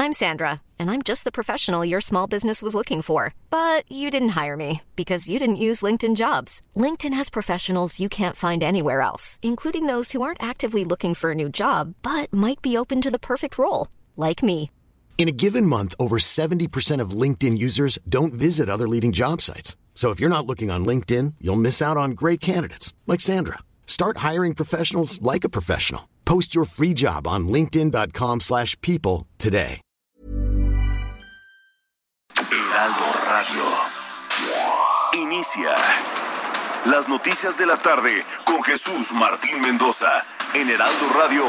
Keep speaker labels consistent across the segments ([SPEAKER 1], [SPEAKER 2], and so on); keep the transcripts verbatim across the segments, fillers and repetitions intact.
[SPEAKER 1] I'm Sandra, and I'm just the professional your small business was looking for. But you didn't hire me because you didn't use LinkedIn Jobs. LinkedIn has professionals you can't find anywhere else, including those who aren't actively looking for a new job, but might be open to the perfect role, like me.
[SPEAKER 2] In a given month, over seventy percent of LinkedIn users don't visit other leading job sites. So if you're not looking on LinkedIn, you'll miss out on great candidates, like Sandra. Start hiring professionals like a professional. Post your free job on linkedin.com slash people today.
[SPEAKER 3] Heraldo Radio. Inicia las noticias de la tarde con Jesús Martín Mendoza en Heraldo Radio.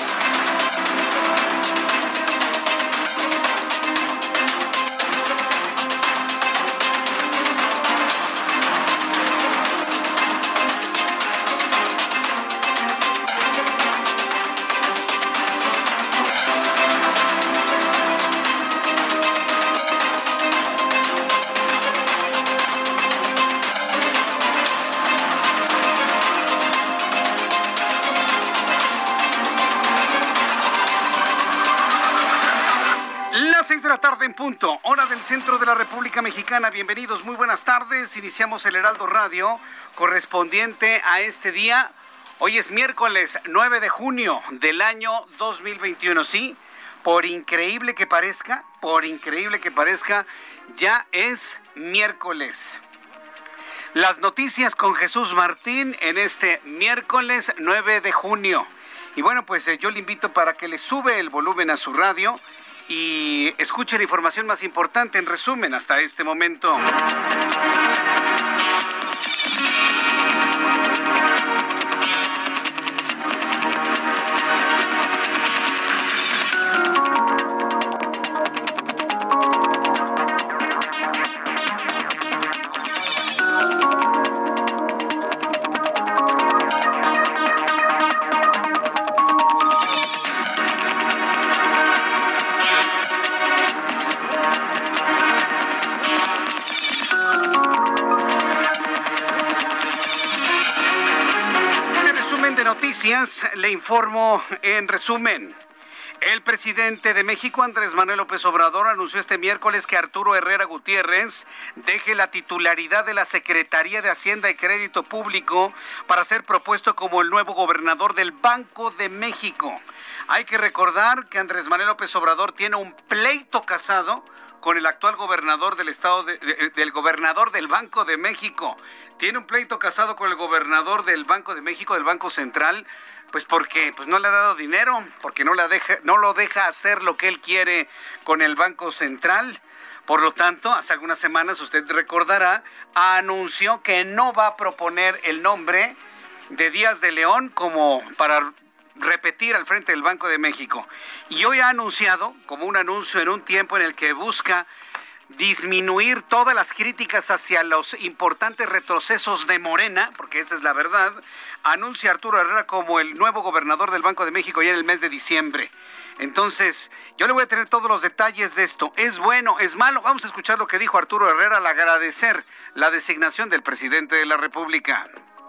[SPEAKER 4] Punto, hora del centro de la República Mexicana. Bienvenidos, muy buenas tardes. Iniciamos el Heraldo Radio correspondiente a este día. Hoy es miércoles nueve de junio del año dos mil veintiuno. Sí, por increíble que parezca, por increíble que parezca, ya es miércoles. Las noticias con Jesús Martín en este miércoles nueve de junio. Y bueno, pues eh, yo le invito para que le sube el volumen a su radio y escuche la información más importante en resumen hasta este momento. Le informo en resumen. El presidente de México, Andrés Manuel López Obrador, anunció este miércoles que Arturo Herrera Gutiérrez deje la titularidad de la Secretaría de Hacienda y Crédito Público para ser propuesto como el nuevo gobernador del Banco de México. Hay que recordar que Andrés Manuel López Obrador tiene un pleito casado con el actual gobernador del estado de, de, del gobernador del Banco de México. Tiene un pleito casado con el gobernador del Banco de México, del Banco Central, pues porque pues no le ha dado dinero, porque no la deja, no lo deja hacer lo que él quiere con el Banco Central. Por lo tanto, hace algunas semanas, usted recordará, anunció que no va a proponer el nombre de Díaz de León como para repetir al frente del Banco de México. Y hoy ha anunciado, como un anuncio en un tiempo en el que busca disminuir todas las críticas hacia los importantes retrocesos de Morena, porque esa es la verdad, anuncia a Arturo Herrera como el nuevo gobernador del Banco de México ya en el mes de diciembre. Entonces, yo le voy a tener todos los detalles de esto. ¿Es bueno? ¿Es malo? Vamos a escuchar lo que dijo Arturo Herrera al agradecer la designación del presidente de la República.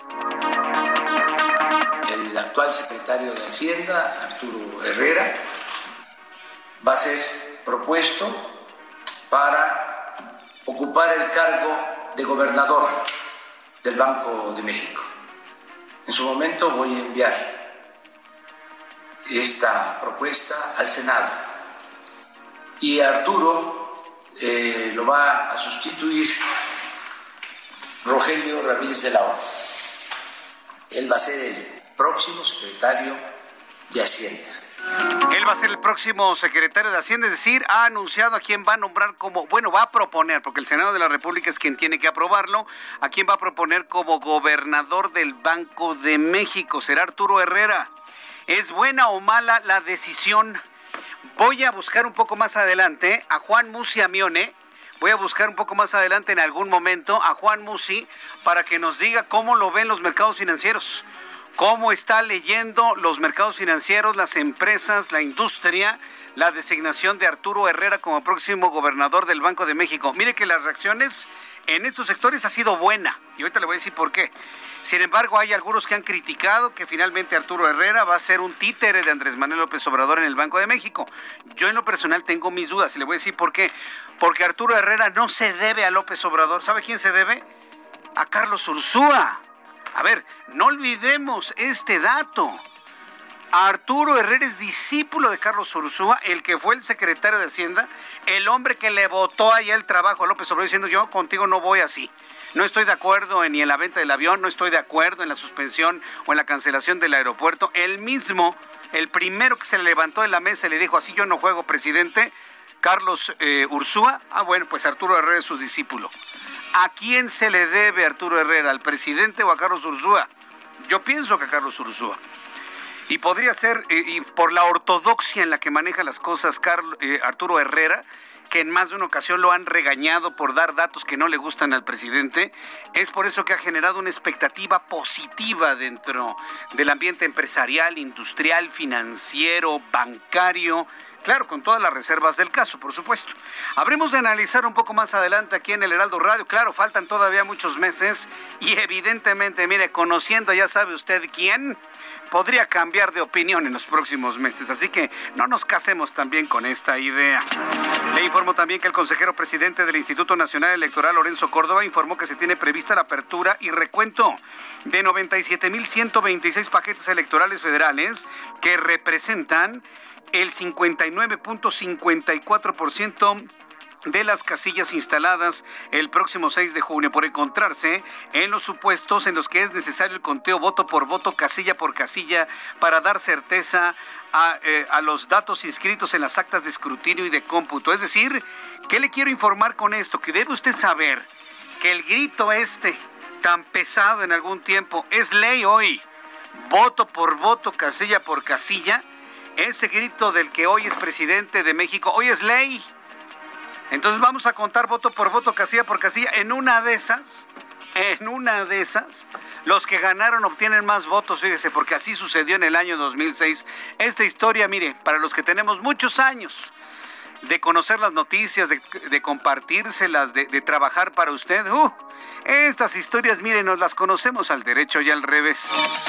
[SPEAKER 5] El actual secretario de Hacienda, Arturo Herrera, va a ser propuesto para ocupar el cargo de gobernador del Banco de México. En su momento voy a enviar esta propuesta al Senado y Arturo eh, lo va a sustituir Rogelio Ramírez de la O. Él va a ser el próximo secretario de Hacienda.
[SPEAKER 4] Él va a ser el próximo secretario de Hacienda, es decir, ha anunciado a quién va a nombrar como, bueno, va a proponer, porque el Senado de la República es quien tiene que aprobarlo, a quién va a proponer como gobernador del Banco de México. Será Arturo Herrera. ¿Es buena o mala la decisión? Voy a buscar un poco más adelante a Juan Musi Amione, voy a buscar un poco más adelante en algún momento a Juan Musi para que nos diga cómo lo ven los mercados financieros. ¿Cómo está leyendo los mercados financieros, las empresas, la industria la designación de Arturo Herrera como próximo gobernador del Banco de México. Mire que las reacciones en estos sectores ha sido buena, y ahorita le voy a decir por qué. Sin embargo, hay algunos que han criticado que finalmente Arturo Herrera va a ser un títere de Andrés Manuel López Obrador en el Banco de México. Yo en lo personal tengo mis dudas, y le voy a decir por qué. Porque Arturo Herrera no se debe a López Obrador. ¿Sabe quién se debe? A Carlos Ursúa. A ver, no olvidemos este dato. Arturo Herrera es discípulo de Carlos Ursúa, el que fue el secretario de Hacienda, el hombre que le votó allá el trabajo a López Obrador diciendo yo contigo no voy así. No estoy de acuerdo ni en la venta del avión, no estoy de acuerdo en la suspensión o en la cancelación del aeropuerto. Él mismo, el primero que se le levantó de la mesa y le dijo así yo no juego, presidente, Carlos eh, Ursúa. Ah, bueno, pues Arturo Herrera es su discípulo. ¿A quién se le debe Arturo Herrera? ¿Al presidente o a Carlos Ursúa? Yo pienso que a Carlos Ursúa. Y podría ser, eh, y por la ortodoxia en la que maneja las cosas Carlos, eh, Arturo Herrera, que en más de una ocasión lo han regañado por dar datos que no le gustan al presidente, es por eso que ha generado una expectativa positiva dentro del ambiente empresarial, industrial, financiero, bancario, claro, con todas las reservas del caso, por supuesto. Habremos de analizar un poco más adelante aquí en el Heraldo Radio. Claro, faltan todavía muchos meses y evidentemente, mire, conociendo ya sabe usted quién, podría cambiar de opinión en los próximos meses. Así que no nos casemos también con esta idea. Le informo también que el consejero presidente del Instituto Nacional Electoral, Lorenzo Córdoba, informó que se tiene prevista la apertura y recuento de noventa y siete mil ciento veintiséis paquetes electorales federales que representan el cincuenta y nueve punto cincuenta y cuatro por ciento de las casillas instaladas el próximo seis de junio, por encontrarse en los supuestos en los que es necesario el conteo voto por voto, casilla por casilla, para dar certeza a, eh, a los datos inscritos en las actas de escrutinio y de cómputo. Es decir, ¿qué le quiero informar con esto? Que debe usted saber que el grito este, tan pesado en algún tiempo, es ley hoy. Voto por voto, casilla por casilla. Ese grito del que hoy es presidente de México, hoy es ley. Entonces vamos a contar voto por voto, casilla por casilla. En una de esas, en una de esas, los que ganaron obtienen más votos, fíjese, porque así sucedió en el año dos mil seis. Esta historia, mire, para los que tenemos muchos años de conocer las noticias, de, de compartírselas, de, de trabajar para usted, uh, estas historias, mire, nos las conocemos al derecho y al revés.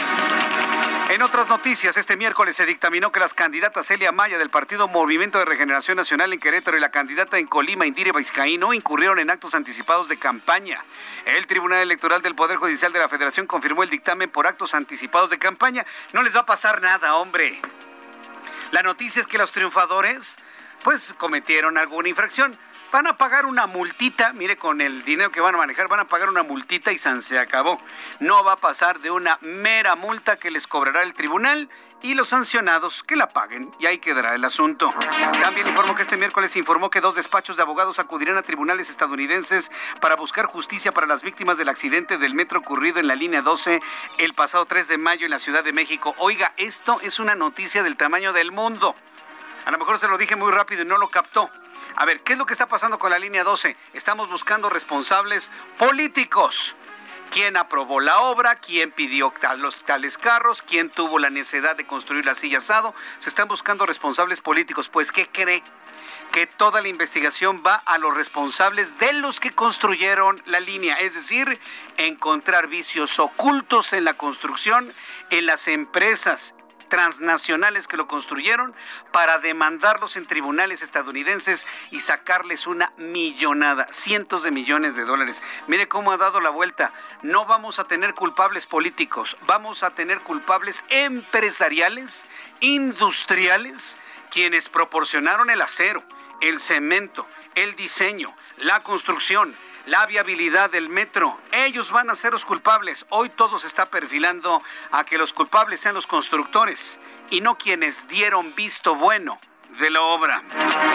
[SPEAKER 4] En otras noticias, este miércoles se dictaminó que las candidatas Celia Maya del Partido Movimiento de Regeneración Nacional en Querétaro y la candidata en Colima, Indira Vizcaíno, incurrieron en actos anticipados de campaña. El Tribunal Electoral del Poder Judicial de la Federación confirmó el dictamen por actos anticipados de campaña. No les va a pasar nada, hombre. La noticia es que los triunfadores, pues, cometieron alguna infracción. Van a pagar una multita, mire, con el dinero que van a manejar, van a pagar una multita y san se acabó. No va a pasar de una mera multa que les cobrará el tribunal y los sancionados que la paguen, y ahí quedará el asunto. También informó que este miércoles se informó que dos despachos de abogados acudirán a tribunales estadounidenses para buscar justicia para las víctimas del accidente del metro ocurrido en la línea doce el pasado tres de mayo en la Ciudad de México. Oiga, esto es una noticia del tamaño del mundo. A lo mejor se lo dije muy rápido y no lo captó. A ver, ¿qué es lo que está pasando con la línea doce? Estamos buscando responsables políticos. ¿Quién aprobó la obra? ¿Quién pidió los tales carros? ¿Quién tuvo la necesidad de construir la silla asado? Se están buscando responsables políticos. Pues, ¿qué cree? Que toda la investigación va a los responsables de los que construyeron la línea. Es decir, encontrar vicios ocultos en la construcción, en las empresas transnacionales que lo construyeron, para demandarlos en tribunales estadounidenses y sacarles una millonada, cientos de millones de dólares. Mire cómo ha dado la vuelta. No vamos a tener culpables políticos, vamos a tener culpables empresariales, industriales, quienes proporcionaron el acero, el cemento, el diseño, la construcción, la viabilidad del metro. Ellos van a ser los culpables. Hoy todo se está perfilando a que los culpables sean los constructores y no quienes dieron visto bueno de la obra.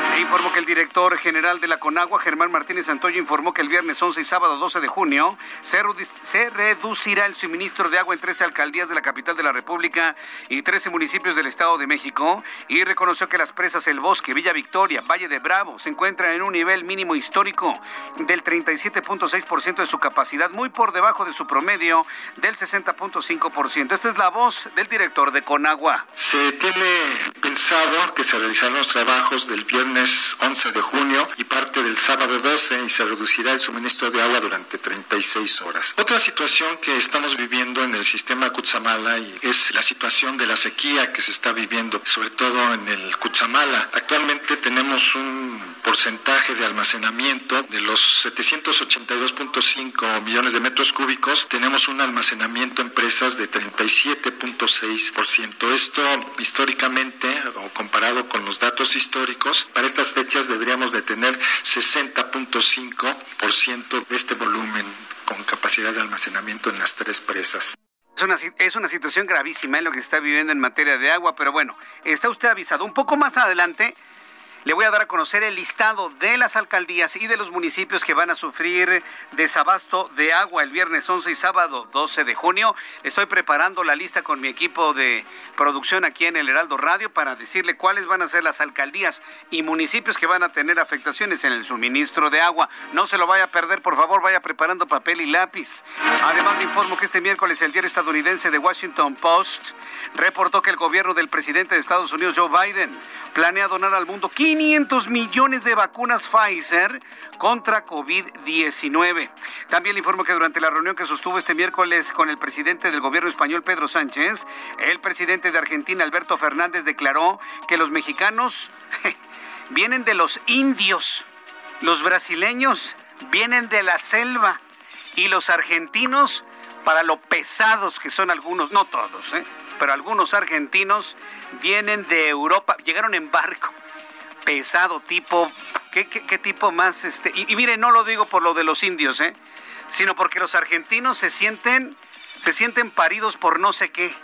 [SPEAKER 4] E informó que el director general de la Conagua, Germán Martínez Santoyo, informó que el viernes once y sábado doce de junio se, se reducirá el suministro de agua en trece alcaldías de la capital de la República y trece municipios del Estado de México, y reconoció que las presas El Bosque, Villa Victoria, Valle de Bravo se encuentran en un nivel mínimo histórico del treinta y siete punto seis por ciento de su capacidad, muy por debajo de su promedio del sesenta punto cinco por ciento. Esta es la voz del director de Conagua.
[SPEAKER 6] Se tiene pensado que se realizarán los trabajos del viernes once de junio y parte del sábado doce, y se reducirá el suministro de agua durante treinta y seis horas. Otra situación que estamos viviendo en el sistema Cutzamala es la situación de la sequía que se está viviendo, sobre todo en el Cutzamala. Actualmente tenemos un porcentaje de almacenamiento de los setecientos ochenta y dos punto cinco millones de metros cúbicos, tenemos un almacenamiento en presas de treinta y siete punto seis por ciento. Esto históricamente, o comparado con los datos históricos, para estas fechas deberíamos de tener sesenta punto cinco por ciento de este volumen con capacidad de almacenamiento en las tres presas.
[SPEAKER 4] Es una, es una situación gravísima en lo que se está viviendo en materia de agua, pero bueno, está usted avisado. Un poco más adelante le voy a dar a conocer el listado de las alcaldías y de los municipios que van a sufrir desabasto de agua el viernes once y sábado doce de junio. Estoy preparando la lista con mi equipo de producción aquí en el Heraldo Radio para decirle cuáles van a ser las alcaldías y municipios que van a tener afectaciones en el suministro de agua. No se lo vaya a perder, por favor, vaya preparando papel y lápiz. Además, le informo que este miércoles el diario estadounidense The Washington Post reportó que el gobierno del presidente de Estados Unidos, Joe Biden, planea donar al mundo quinientos millones de vacunas Pfizer contra COVID diecinueve. También le informo que durante la reunión que sostuvo este miércoles con el presidente del gobierno español, Pedro Sánchez, el presidente de Argentina, Alberto Fernández, declaró que los mexicanos vienen de los indios, los brasileños vienen de la selva y los argentinos, para lo pesados que son algunos, no todos, ¿eh? pero algunos argentinos vienen de Europa, llegaron en barco. Pesado tipo, ¿qué, qué, qué tipo más? este y, y mire, no lo digo por lo de los indios, ¿eh? sino porque los argentinos se sienten, se sienten paridos por no sé qué.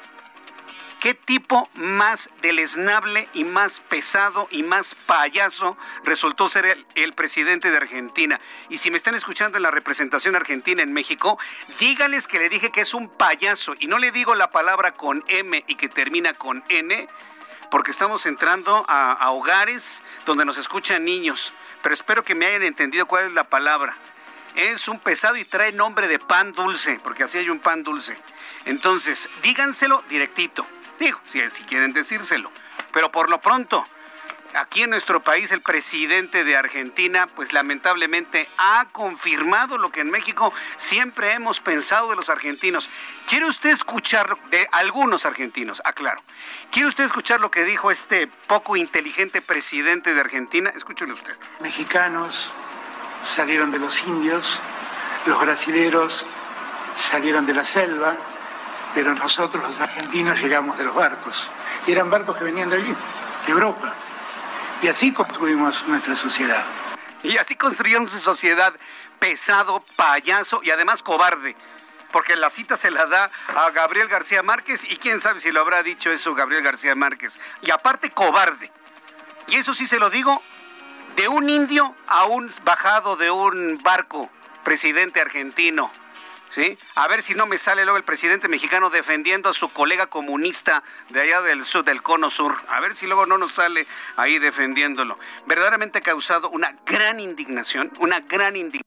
[SPEAKER 4] ¿Qué tipo más deleznable y más pesado y más payaso resultó ser el, el presidente de Argentina? Y si me están escuchando en la representación argentina en México, díganles que le dije que es un payaso, y no le digo la palabra con M y que termina con N, porque estamos entrando a, a hogares donde nos escuchan niños, pero espero que me hayan entendido cuál es la palabra. Es un pesado y trae nombre de pan dulce, porque así hay un pan dulce. Entonces, díganselo directito, digo, si, si quieren decírselo, pero por lo pronto, aquí en nuestro país el presidente de Argentina, pues lamentablemente ha confirmado lo que en México siempre hemos pensado de los argentinos. ¿Quiere usted escuchar de algunos argentinos? Aclaro. ¿Quiere usted escuchar lo que dijo este poco inteligente presidente de Argentina? Escúchelo usted.
[SPEAKER 7] Mexicanos salieron de los indios, los brasileros salieron de la selva, pero nosotros los argentinos llegamos de los barcos. Y eran barcos que venían de allí, de Europa. Y así construimos nuestra sociedad.
[SPEAKER 4] Y así construyeron su sociedad, pesado, payaso y además cobarde. Porque la cita se la da a Gabriel García Márquez, y quién sabe si lo habrá dicho eso Gabriel García Márquez. Y aparte cobarde. Y eso sí se lo digo de un indio a un bajado de un barco, presidente argentino. ¿Sí? A ver si no me sale luego el presidente mexicano defendiendo a su colega comunista de allá del sur, del cono sur. A ver si luego no nos sale ahí defendiéndolo. Verdaderamente ha causado una gran indignación, una gran indignación.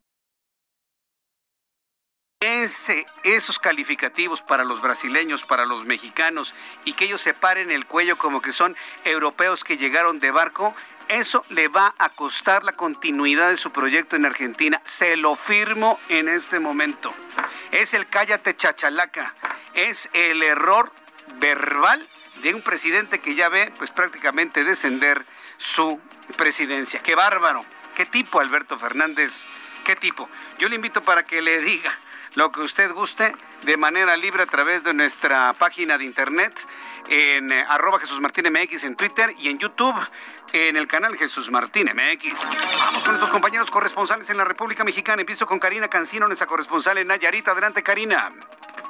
[SPEAKER 4] Ese, esos calificativos para los brasileños, para los mexicanos, y que ellos se paren el cuello como que son europeos que llegaron de barco, eso le va a costar la continuidad de su proyecto en Argentina. Se lo firmo en este momento. Es el cállate chachalaca. Es el error verbal de un presidente que ya ve pues prácticamente descender su presidencia. ¡Qué bárbaro! ¡Qué tipo, Alberto Fernández! ¿Qué tipo? Yo le invito para que le diga lo que usted guste de manera libre a través de nuestra página de internet en eh, arroba Jesús Martín M X en Twitter y en YouTube en el canal Jesús Martín M X. Vamos con nuestros compañeros corresponsales en la República Mexicana. Empiezo con Karina Cancino, nuestra corresponsal en Nayarit. Adelante, Karina.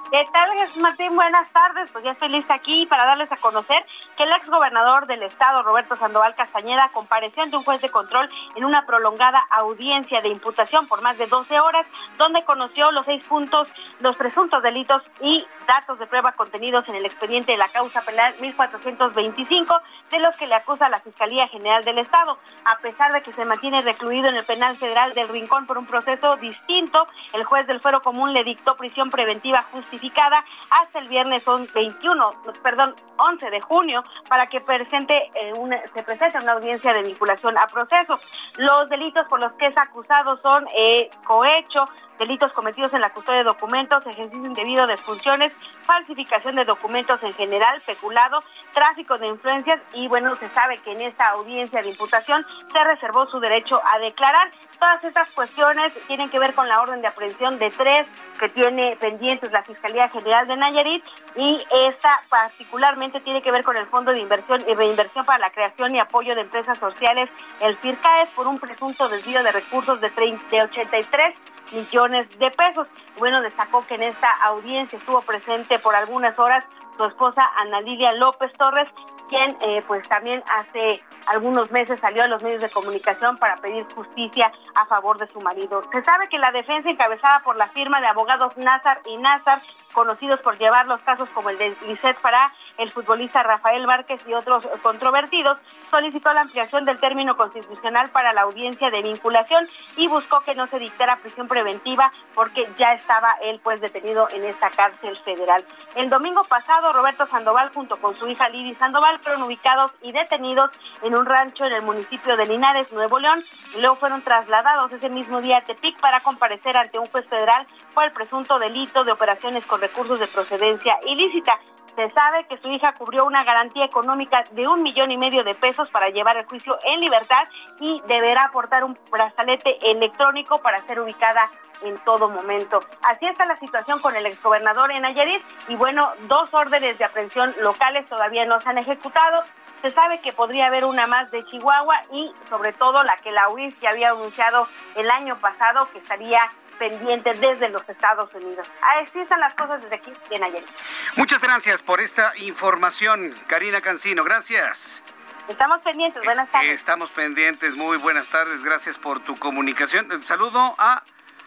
[SPEAKER 8] ¿Qué tal, Jesús Martín? Buenas tardes. Pues ya estoy lista aquí para darles a conocer que el exgobernador del estado, Roberto Sandoval Castañeda, compareció ante un juez de control en una prolongada audiencia de imputación por más de doce horas, donde conoció los seis puntos, los presuntos delitos y datos de prueba contenidos en el expediente de la causa penal mil cuatrocientos veinticinco, de los que le acusa la Fiscalía General del Estado. A pesar de que se mantiene recluido en el penal federal del Rincón por un proceso distinto, el juez del Fuero Común le dictó prisión preventiva justificada hasta el viernes veintiuno, perdón, once de junio, para que presente eh, una, se presente una audiencia de vinculación a proceso. Los delitos por los que es acusado son eh, cohecho, delitos cometidos en la custodia de documentos, ejercicio indebido de funciones, falsificación de documentos en general, peculado, tráfico de influencias y bueno, se sabe que en esta audiencia de imputación se reservó su derecho a declarar. Todas estas cuestiones tienen que ver con la orden de aprehensión de tres que tiene pendientes la Fiscalía General de Nayarit, y esta particularmente tiene que ver con el Fondo de Inversión y Reinversión para la Creación y Apoyo de Empresas Sociales, el FIRCAES, por un presunto desvío de recursos de, treinta, de ochenta y tres millones de pesos. Bueno, destacó que en esta audiencia estuvo presente por algunas horas su esposa Ana Lilia López Torres, quien eh, pues también hace algunos meses salió a los medios de comunicación para pedir justicia a favor de su marido. Se sabe que la defensa, encabezada por la firma de abogados Nazar y Nazar, conocidos por llevar los casos como el de Lisette Farah, el futbolista Rafael Márquez y otros controvertidos, solicitó la ampliación del término constitucional para la audiencia de vinculación y buscó que no se dictara prisión preventiva porque ya estaba él pues detenido en esta cárcel federal. El domingo pasado, Roberto Sandoval junto con su hija Lidy Sandoval fueron ubicados y detenidos en un rancho en el municipio de Linares, Nuevo León, y luego fueron trasladados ese mismo día a Tepic para comparecer ante un juez federal por el presunto delito de operaciones con recursos de procedencia ilícita. Se sabe que su hija cubrió una garantía económica de un millón y medio de pesos para llevar el juicio en libertad y deberá aportar un brazalete electrónico para ser ubicada en todo momento. Así está la situación con el exgobernador en Nayarit y bueno, dos órdenes de aprehensión locales todavía no se han ejecutado. Se sabe que podría haber una más de Chihuahua y sobre todo la que la U I S ya había anunciado el año pasado que estaría pendiente desde los Estados Unidos. Así están las cosas desde aquí de Nayarit.
[SPEAKER 4] Muchas gracias por esta información, Karina Cancino. Gracias.
[SPEAKER 8] Estamos pendientes. Buenas tardes.
[SPEAKER 4] Estamos pendientes. Muy buenas tardes. Gracias por tu comunicación. Saludo a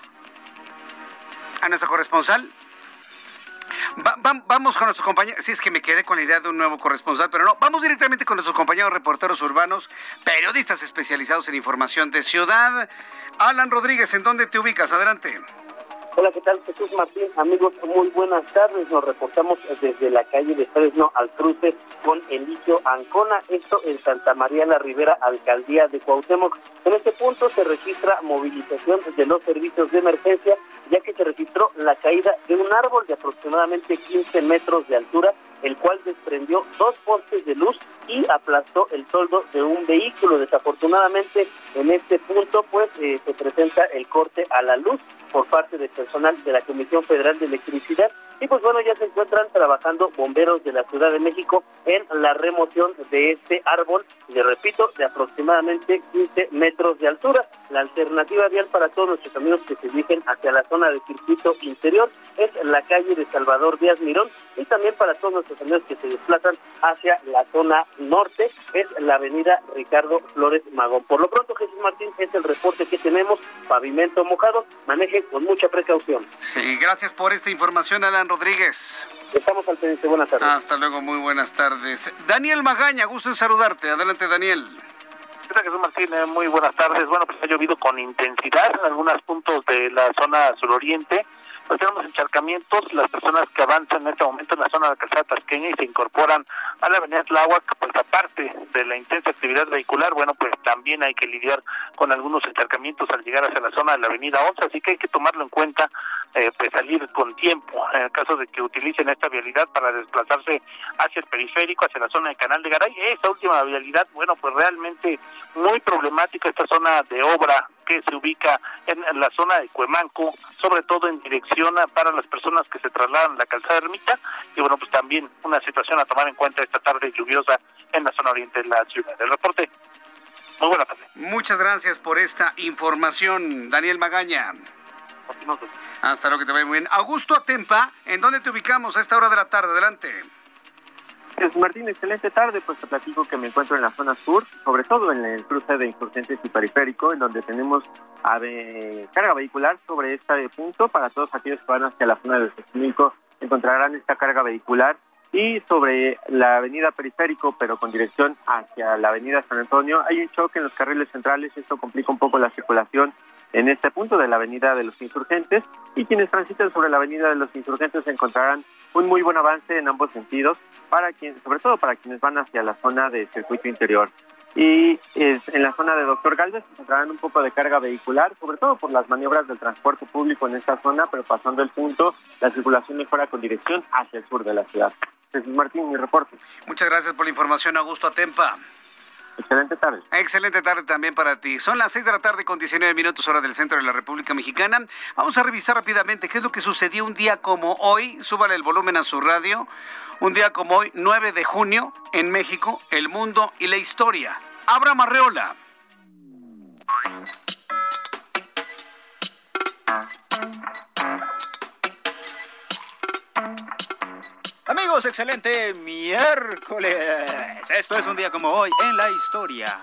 [SPEAKER 4] a nuestro corresponsal. Va, va, vamos con nuestros compañeros. Sí, es que me quedé con la idea de un nuevo corresponsal, pero no. Vamos directamente con nuestros compañeros reporteros urbanos, periodistas especializados en información de ciudad. Alan Rodríguez, ¿en dónde te ubicas? Adelante.
[SPEAKER 9] Hola, ¿qué tal? Jesús Martín, amigos, muy buenas tardes. Nos reportamos desde la calle de Fresno al cruce con Eligio Ancona, esto en Santa María la Ribera, alcaldía de Cuauhtémoc. En este punto se registra movilización de los servicios de emergencia, ya que se registró la caída de un árbol de aproximadamente quince metros de altura, el cual desprendió dos postes de luz y aplastó el toldo de un vehículo. Desafortunadamente, en este punto, pues, eh, se presenta el corte a la luz por parte del personal de la Comisión Federal de Electricidad. Y pues bueno, ya se encuentran trabajando bomberos de la Ciudad de México en la remoción de este árbol, le repito, de aproximadamente quince metros de altura. La alternativa vial para todos nuestros amigos que se dirigen hacia la zona de circuito interior es la calle de Salvador Díaz Mirón, y también para todos nuestros amigos que se desplazan hacia la zona norte es la avenida Ricardo Flores Magón. Por lo pronto, Jesús Martín, es el reporte que tenemos. Pavimento mojado, maneje con mucha precaución.
[SPEAKER 4] Sí, gracias por esta información, Alan Rodríguez.
[SPEAKER 9] Estamos al pendiente. Buenas tardes.
[SPEAKER 4] Hasta luego, muy buenas tardes. Daniel Magaña, gusto en saludarte. Adelante, Daniel.
[SPEAKER 10] ¿Qué tal, Jesús Martín? Muy buenas tardes. Bueno, pues ha llovido con intensidad en algunos puntos de la zona suroriente. Pues tenemos encharcamientos. Las personas que avanzan en este momento en la zona de la calzada tasqueña y se incorporan a la avenida Tláhuac, pues aparte de la intensa actividad vehicular, bueno, pues también hay que lidiar con algunos encharcamientos al llegar hacia la zona de la avenida once, así que hay que tomarlo en cuenta, eh, pues salir con tiempo en el caso de que utilicen esta vialidad para desplazarse hacia el periférico, hacia la zona de Canal de Garay. Esta última vialidad, bueno, pues realmente muy problemática, esta zona de obra que se ubica en la zona de Cuemanco, sobre todo en dirección para las personas que se trasladan a la calzada Ermita, y bueno, pues también una situación a tomar en cuenta esta tarde lluviosa en la zona oriente de la ciudad. El reporte, muy buena tarde.
[SPEAKER 4] Muchas gracias por esta información, Daniel Magaña.
[SPEAKER 10] Buenísimos días.
[SPEAKER 4] Hasta luego, que te vaya muy bien. Augusto Atempa, ¿en dónde te ubicamos a esta hora de la tarde? Adelante.
[SPEAKER 11] Jesús Martín, excelente tarde, pues te platico que me encuentro en la zona sur, sobre todo en el cruce de Insurgentes y Periférico, en donde tenemos ave, carga vehicular sobre este punto. Para todos aquellos que van hacia la zona de Xochimilco encontrarán esta carga vehicular, y sobre la avenida Periférico, pero con dirección hacia la avenida San Antonio, hay un choque en los carriles centrales. Esto complica un poco la circulación en este punto de la avenida de los Insurgentes, y quienes transitan sobre la avenida de los Insurgentes encontrarán un muy buen avance en ambos sentidos, para quienes, sobre todo para quienes van hacia la zona de circuito interior. Y es, en la zona de Doctor Gálvez encontrarán un poco de carga vehicular, sobre todo por las maniobras del transporte público en esta zona, pero pasando el punto, la circulación mejora con dirección hacia el sur de la ciudad. Jesús Martín, mi reporte.
[SPEAKER 4] Muchas gracias por la información, Augusto Atempa.
[SPEAKER 11] Excelente tarde.
[SPEAKER 4] Excelente tarde también para ti. Son las seis de la tarde con diecinueve minutos, hora del centro de la República Mexicana. Vamos a revisar rápidamente qué es lo que sucedió un día como hoy. Súbale el volumen a su radio. Un día como hoy, nueve de junio, en México, el mundo y la historia. Abraham Arreola.
[SPEAKER 12] Amigos, excelente miércoles. Esto es un día como hoy en la historia.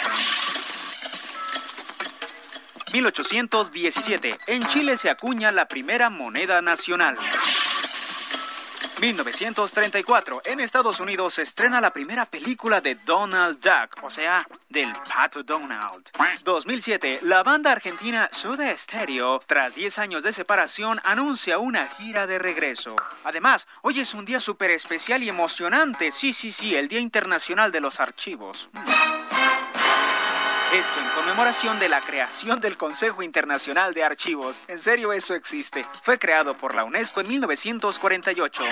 [SPEAKER 12] mil ochocientos diecisiete. En Chile se acuña la primera moneda nacional. mil novecientos treinta y cuatro. En Estados Unidos se estrena la primera película de Donald Duck, o sea, del Pato Donald. dos mil siete. La banda argentina Soda Stereo, tras diez años de separación, anuncia una gira de regreso. Además, hoy es un día súper especial y emocionante. Sí, sí, sí, el Día Internacional de los Archivos. Esto en conmemoración de la creación del Consejo Internacional de Archivos. En serio, eso existe. Fue creado por la UNESCO en mil novecientos cuarenta y ocho.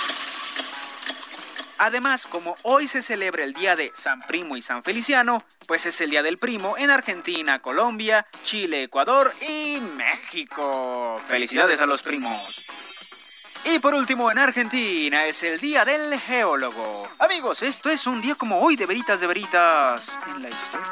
[SPEAKER 12] Además, como hoy se celebra el día de San Primo y San Feliciano, pues es el día del primo en Argentina, Colombia, Chile, Ecuador y México. ¡Felicidades a los primos! Y por último, en Argentina es el día del geólogo. Amigos, esto es un día como hoy de veritas de veritas en la historia.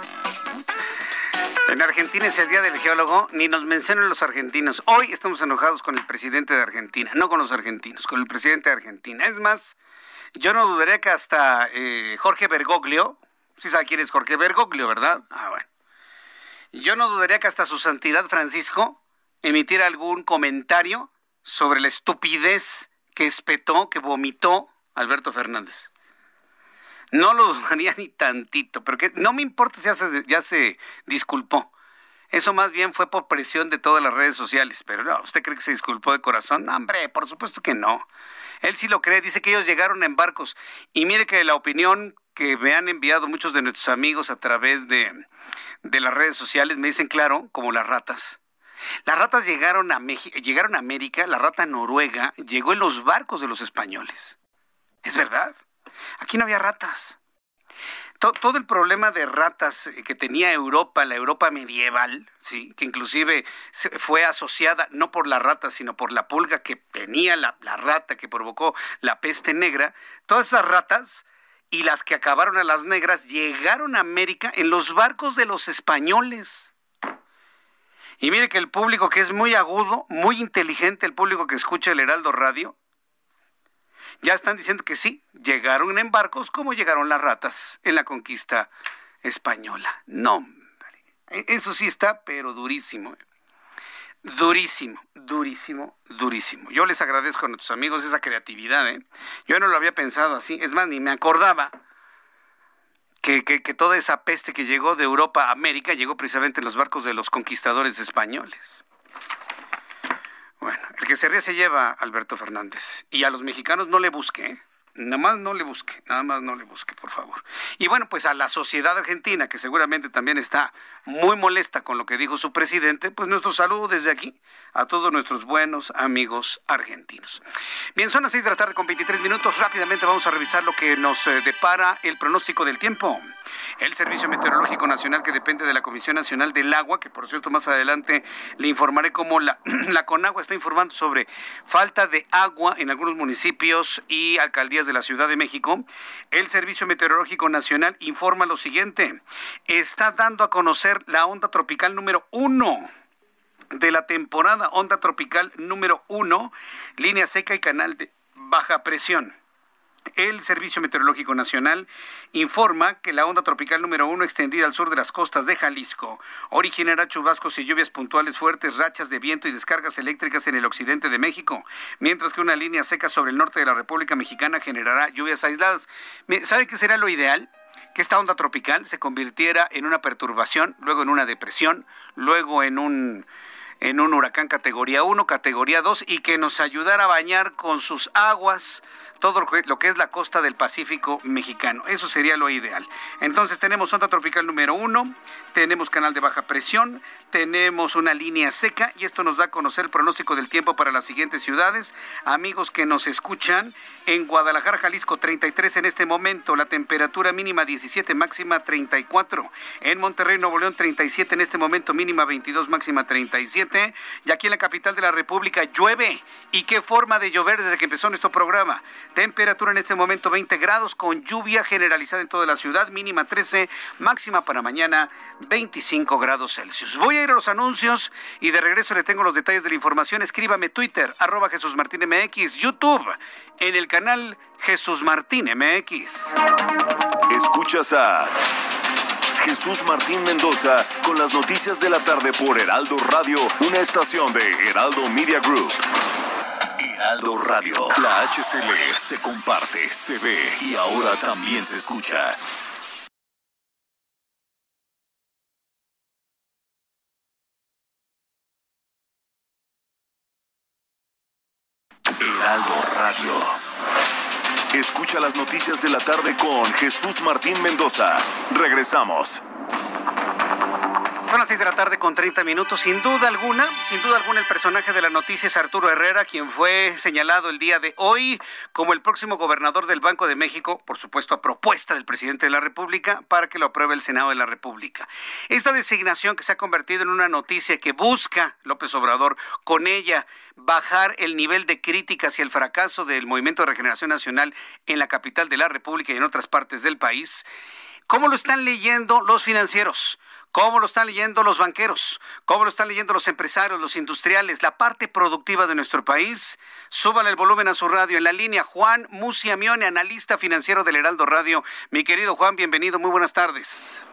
[SPEAKER 4] En Argentina es el día del geólogo, ni nos mencionan los argentinos. Hoy estamos enojados con el presidente de Argentina, no con los argentinos, con el presidente de Argentina. Es más, yo no dudaría que hasta eh, Jorge Bergoglio, ¿sí sabe quién es Jorge Bergoglio, verdad? Ah, bueno. Yo no dudaría que hasta su santidad Francisco emitiera algún comentario sobre la estupidez que espetó, que vomitó Alberto Fernández. No lo dudaría ni tantito, pero que no me importa si ya se, ya se disculpó. Eso más bien fue por presión de todas las redes sociales. Pero no, ¿usted cree que se disculpó de corazón? No, hombre, por supuesto que no. Él sí lo cree, dice que ellos llegaron en barcos. Y mire que la opinión que me han enviado muchos de nuestros amigos a través de, de las redes sociales me dicen claro, como las ratas. Las ratas llegaron a México, llegaron a América, la rata noruega llegó en los barcos de los españoles. ¿Es verdad? Aquí no había ratas. Todo el problema de ratas que tenía Europa, la Europa medieval, sí, que inclusive fue asociada no por la rata, sino por la pulga que tenía la, la rata que provocó la peste negra, todas esas ratas y las que acabaron a las negras llegaron a América en los barcos de los españoles. Y mire que el público que es muy agudo, muy inteligente, el público que escucha el Heraldo Radio, ya están diciendo que sí, llegaron en barcos como llegaron las ratas en la conquista española. No, eso sí está, pero durísimo. Durísimo, durísimo, durísimo. Yo les agradezco a nuestros amigos esa creatividad, ¿eh? Yo no lo había pensado así. Es más, ni me acordaba que, que, que toda esa peste que llegó de Europa a América llegó precisamente en los barcos de los conquistadores españoles. Bueno, el que se ríe se lleva a Alberto Fernández. Y a los mexicanos no le busque, ¿eh? Nada más no le busque, nada más no le busque, por favor. Y bueno, pues a la sociedad argentina, que seguramente también está muy molesta con lo que dijo su presidente, pues nuestro saludo desde aquí a todos nuestros buenos amigos argentinos. Bien, son las seis de la tarde con veintitrés minutos. Rápidamente vamos a revisar lo que nos eh, depara el pronóstico del tiempo. El Servicio Meteorológico Nacional, que depende de la Comisión Nacional del Agua, que por cierto más adelante le informaré cómo la, la Conagua está informando sobre falta de agua en algunos municipios y alcaldías de la Ciudad de México. El Servicio Meteorológico Nacional informa lo siguiente: está dando a conocer la onda tropical número uno. de la temporada onda tropical número uno, línea seca y canal de baja presión. El Servicio Meteorológico Nacional informa que la onda tropical número uno, extendida al sur de las costas de Jalisco, originará chubascos y lluvias puntuales fuertes, rachas de viento y descargas eléctricas en el occidente de México, mientras que una línea seca sobre el norte de la República Mexicana generará lluvias aisladas. ¿Sabe qué será lo ideal? Que esta onda tropical se convirtiera en una perturbación, luego en una depresión, luego en un... en un huracán categoría uno, categoría dos, y que nos ayudara a bañar con sus aguas todo lo que es la costa del Pacífico mexicano. Eso sería lo ideal. Entonces tenemos onda tropical número uno, tenemos canal de baja presión, tenemos una línea seca, y esto nos da a conocer el pronóstico del tiempo para las siguientes ciudades. Amigos que nos escuchan, en Guadalajara, Jalisco, treinta y tres en este momento, la temperatura mínima diecisiete, máxima treinta y cuatro. En Monterrey, Nuevo León, treinta y siete en este momento, mínima veintidós, máxima treinta y siete. Y aquí en la capital de la República llueve. ¿Y qué forma de llover desde que empezó nuestro programa? Temperatura en este momento veinte grados, con lluvia generalizada en toda la ciudad, mínima trece, máxima para mañana veinticinco grados Celsius. Voy a ir a los anuncios y de regreso le tengo los detalles de la información. Escríbame Twitter, arroba Jesús Martín M X, YouTube, en el canal Jesús Martín M X.
[SPEAKER 3] Escuchas a Jesús Martín Mendoza con las noticias de la tarde por Heraldo Radio, una estación de Heraldo Media Group. Heraldo Radio, la H C L se comparte, se ve y ahora también se escucha. Heraldo Radio. Escucha las noticias de la tarde con Jesús Martín Mendoza. Regresamos.
[SPEAKER 4] Son las seis de la tarde con treinta minutos. Sin duda alguna, sin duda alguna, el personaje de la noticia es Arturo Herrera, quien fue señalado el día de hoy como el próximo gobernador del Banco de México, por supuesto a propuesta del presidente de la República, para que lo apruebe el Senado de la República. Esta designación, que se ha convertido en una noticia que busca López Obrador, con ella bajar el nivel de crítica hacia el fracaso del Movimiento de Regeneración Nacional en la capital de la República y en otras partes del país. ¿Cómo lo están leyendo los financieros? ¿Cómo lo están leyendo los banqueros? ¿Cómo lo están leyendo los empresarios, los industriales, la parte productiva de nuestro país? Súbale el volumen a su radio. En la línea, Juan Musiamione, analista financiero del Heraldo Radio. Mi querido Juan, bienvenido, muy buenas tardes.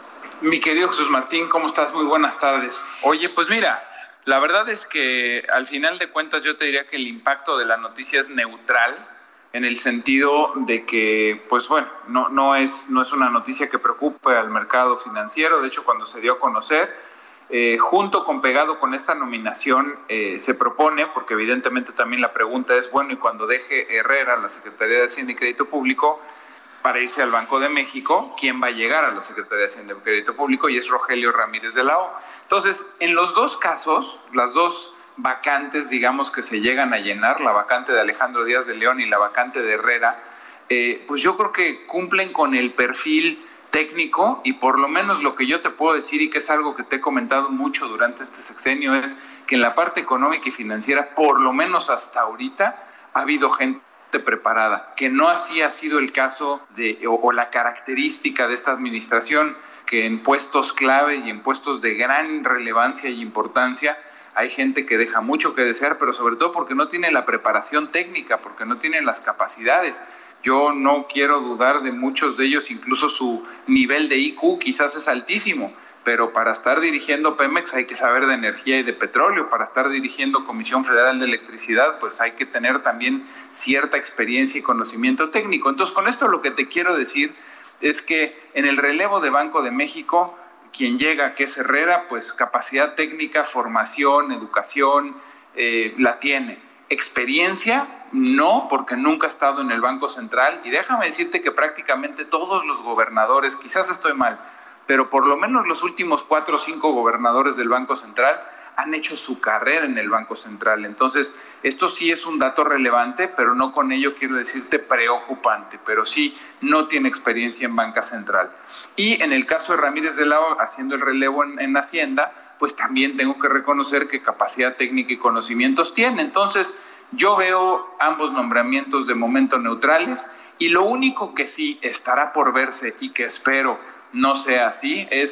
[SPEAKER 13] Mi querido Jesús Martín, ¿cómo estás? Muy buenas tardes. Oye, pues mira, la verdad es que al final de cuentas yo te diría que el impacto de la noticia es neutral, en el sentido de que, pues bueno, no, no, es, no es una noticia que preocupe al mercado financiero. De hecho, cuando se dio a conocer, eh, junto con pegado con esta nominación, eh, se propone, porque evidentemente también la pregunta es, bueno, y cuando deje Herrera la Secretaría de Hacienda y Crédito Público para irse al Banco de México, ¿quién va a llegar a la Secretaría de Hacienda y Crédito Público? Y es Rogelio Ramírez de la O. Entonces, en los dos casos, las dos vacantes, digamos, que se llegan a llenar, la vacante de Alejandro Díaz de León y la vacante de Herrera, eh, pues yo creo que cumplen con el perfil técnico, y por lo menos lo que yo te puedo decir, y que es algo que te he comentado mucho durante este sexenio, es que en la parte económica y financiera, por lo menos hasta ahorita, ha habido gente preparada, que no así ha sido el caso de, o, o la característica de esta administración, que en puestos clave y en puestos de gran relevancia y importancia hay gente que deja mucho que desear, pero sobre todo porque no tiene la preparación técnica, porque no tienen las capacidades. Yo no quiero dudar de muchos de ellos, incluso su nivel de I Q quizás es altísimo, pero para estar dirigiendo Pemex hay que saber de energía y de petróleo, para estar dirigiendo Comisión Federal de Electricidad, pues hay que tener también cierta experiencia y conocimiento técnico. Entonces, con esto lo que te quiero decir es que en el relevo de Banco de México, quien llega, que es Herrera, pues capacidad técnica, formación, educación, eh, la tiene. Experiencia, no, porque nunca ha estado en el Banco Central. Y déjame decirte que prácticamente todos los gobernadores, quizás estoy mal, pero por lo menos los últimos cuatro o cinco gobernadores del Banco Central han hecho su carrera en el Banco Central. Entonces, esto sí es un dato relevante, pero no con ello quiero decirte preocupante, pero sí no tiene experiencia en banca central. Y en el caso de Ramírez de la O, haciendo el relevo en, en Hacienda, pues también tengo que reconocer que capacidad técnica y conocimientos tiene. Entonces, yo veo ambos nombramientos de momento neutrales, y lo único que sí estará por verse y que espero no sea así es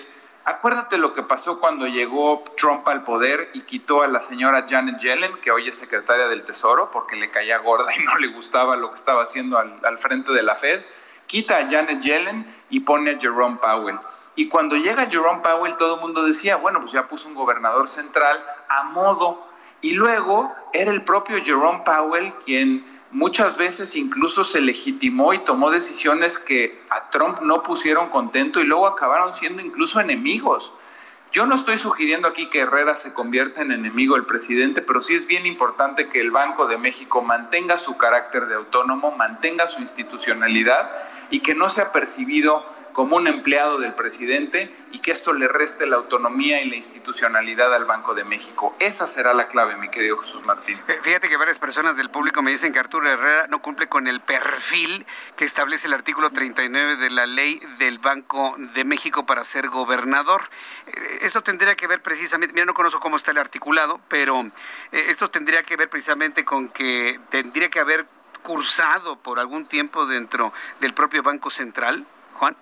[SPEAKER 13] acuérdate lo que pasó cuando llegó Trump al poder y quitó a la señora Janet Yellen, que hoy es secretaria del Tesoro, porque le caía gorda y no le gustaba lo que estaba haciendo al, al frente de la Fed. Quita a Janet Yellen y pone a Jerome Powell. Y cuando llega Jerome Powell, todo el mundo decía, bueno, pues ya puso un gobernador central a modo. Y luego era el propio Jerome Powell quien muchas veces incluso se legitimó y tomó decisiones que a Trump no pusieron contento y luego acabaron siendo incluso enemigos. Yo no estoy sugiriendo aquí que Herrera se convierta en enemigo del presidente, pero sí es bien importante que el Banco de México mantenga su carácter de autónomo, mantenga su institucionalidad y que no sea percibido como un empleado del presidente y que esto le reste la autonomía y la institucionalidad al Banco de México. Esa será la clave, mi querido Jesús Martín.
[SPEAKER 4] Fíjate que varias personas del público me dicen que Arturo Herrera no cumple con el perfil que establece el artículo treinta y nueve de la ley del Banco de México para ser gobernador. Esto tendría que ver precisamente, mira, no conozco cómo está el articulado, pero esto tendría que ver precisamente con que tendría que haber cursado por algún tiempo dentro del propio Banco Central, Juan.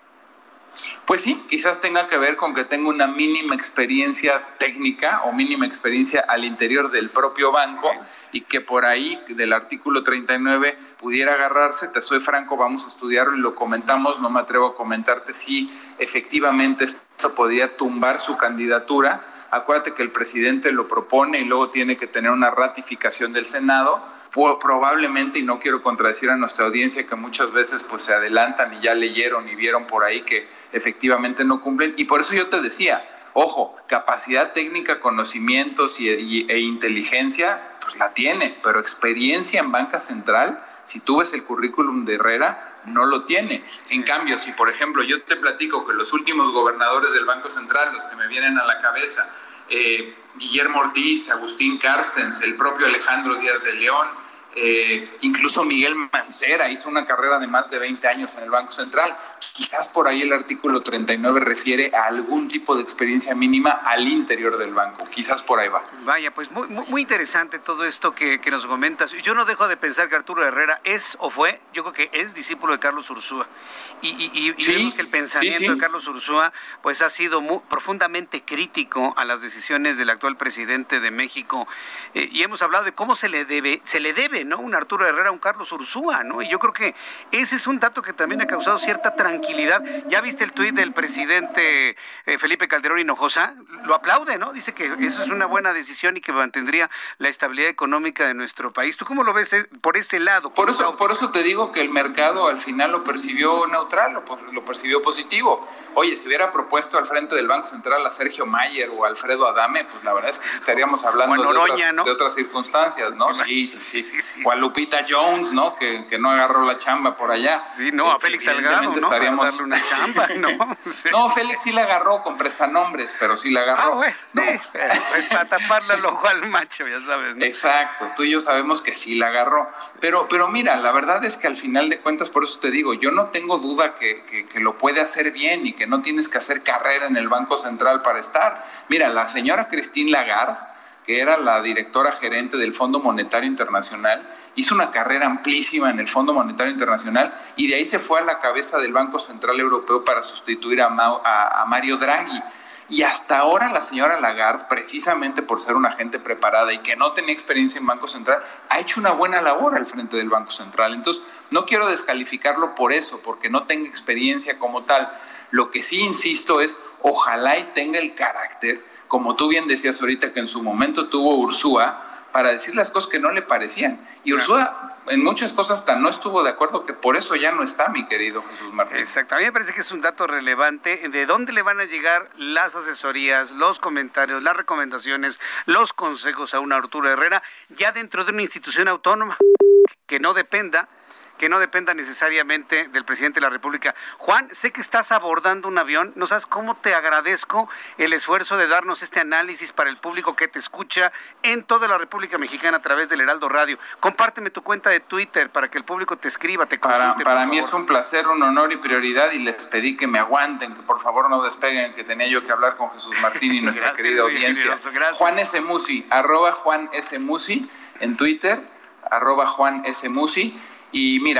[SPEAKER 13] Pues sí, quizás tenga que ver con que tenga una mínima experiencia técnica o mínima experiencia al interior del propio banco y que por ahí del artículo treinta y nueve pudiera agarrarse. Te soy franco, vamos a estudiarlo y lo comentamos. No me atrevo a comentarte si efectivamente esto podría tumbar su candidatura. Acuérdate que el presidente lo propone y luego tiene que tener una ratificación del Senado. Probablemente, y no quiero contradecir a nuestra audiencia que muchas veces pues se adelantan y ya leyeron y vieron por ahí que efectivamente no cumplen, y por eso yo te decía, ojo, capacidad técnica, conocimientos y, y, e inteligencia, pues la tiene, pero experiencia en banca central, si tú ves el currículum de Herrera, no lo tiene. En cambio, si por ejemplo yo te platico que los últimos gobernadores del Banco Central, los que me vienen a la cabeza, eh, Guillermo Ortiz, Agustín Carstens, el propio Alejandro Díaz de León, Eh, incluso Miguel Mancera hizo una carrera de más de veinte años en el Banco Central. Quizás por ahí el artículo treinta y nueve refiere a algún tipo de experiencia mínima al interior del banco. Quizás por ahí va.
[SPEAKER 4] Vaya, pues muy, muy, muy interesante todo esto que, que nos comentas. Yo no dejo de pensar que Arturo Herrera es o fue, yo creo que es discípulo de Carlos Ursúa. Y, y, y, y sí, vemos que el pensamiento sí, sí. de Carlos Ursúa pues ha sido muy, profundamente crítico a las decisiones del actual presidente de México. Eh, y hemos hablado de cómo se le debe, se le debe ¿no? Un Arturo Herrera, un Carlos Ursúa, ¿no? Y yo creo que ese es un dato que también ha causado cierta tranquilidad. ¿Ya viste el tuit del presidente eh, Felipe Calderón Hinojosa? Lo aplaude, ¿no? Dice que eso es una buena decisión y que mantendría la estabilidad económica de nuestro país. ¿Tú cómo lo ves eh, por ese lado?
[SPEAKER 13] Por eso, por eso te digo que el mercado al final lo percibió neutral, lo, lo percibió positivo. Oye, si hubiera propuesto al frente del Banco Central a Sergio Mayer o a Alfredo Adame, pues la verdad es que sí estaríamos hablando de, Oroña, otras, ¿no? de otras circunstancias, ¿no? Sí, sí, sí. sí, sí. O a Lupita Jones, ¿no? Que, que no agarró la chamba por allá.
[SPEAKER 4] Sí, no, a Félix Salgado, ¿no?
[SPEAKER 13] Estaríamos...
[SPEAKER 4] Para darle una chamba, ¿no?
[SPEAKER 13] Sí. No, Félix sí la agarró con prestanombres, pero sí la agarró.
[SPEAKER 4] Ah, bueno,
[SPEAKER 13] ¿no?
[SPEAKER 4] Sí, pues para taparle el ojo al macho, ya sabes, ¿no?
[SPEAKER 13] Exacto, tú y yo sabemos que sí la agarró. Pero, pero mira, la verdad es que al final de cuentas, por eso te digo, yo no tengo duda que, que, que lo puede hacer bien y que no tienes que hacer carrera en el Banco Central para estar. Mira, la señora Christine Lagarde, que era la directora gerente del Fondo Monetario Internacional, hizo una carrera amplísima en el Fondo Monetario Internacional y de ahí se fue a la cabeza del Banco Central Europeo para sustituir a, Ma- a, a Mario Draghi. Y hasta ahora la señora Lagarde, precisamente por ser una gente preparada y que no tenía experiencia en Banco Central, ha hecho una buena labor al frente del Banco Central. Entonces, no quiero descalificarlo por eso, porque no tenga experiencia como tal. Lo que sí insisto es, ojalá y tenga el carácter, como tú bien decías ahorita, que en su momento tuvo Ursúa, para decir las cosas que no le parecían. Y Ursúa en muchas cosas tan no estuvo de acuerdo que por eso ya no está, mi querido Jesús Martín.
[SPEAKER 4] Exacto, a mí me parece que es un dato relevante de dónde le van a llegar las asesorías, los comentarios, las recomendaciones, los consejos a un Arturo Herrera, ya dentro de una institución autónoma que no dependa que no dependa necesariamente del presidente de la República. Juan, sé que estás abordando un avión, no sabes cómo te agradezco el esfuerzo de darnos este análisis para el público que te escucha en toda la República Mexicana a través del Heraldo Radio. Compárteme tu cuenta de Twitter para que el público te escriba, te consulte.
[SPEAKER 13] Para, para mí es un placer, un honor y prioridad, y les pedí que me aguanten, que por favor no despeguen, que tenía yo que hablar con Jesús Martín y nuestra gracias, querida audiencia. Juan S. Musi, arroba Juan S. Musi en Twitter, arroba Juan S. Musi. Y mira,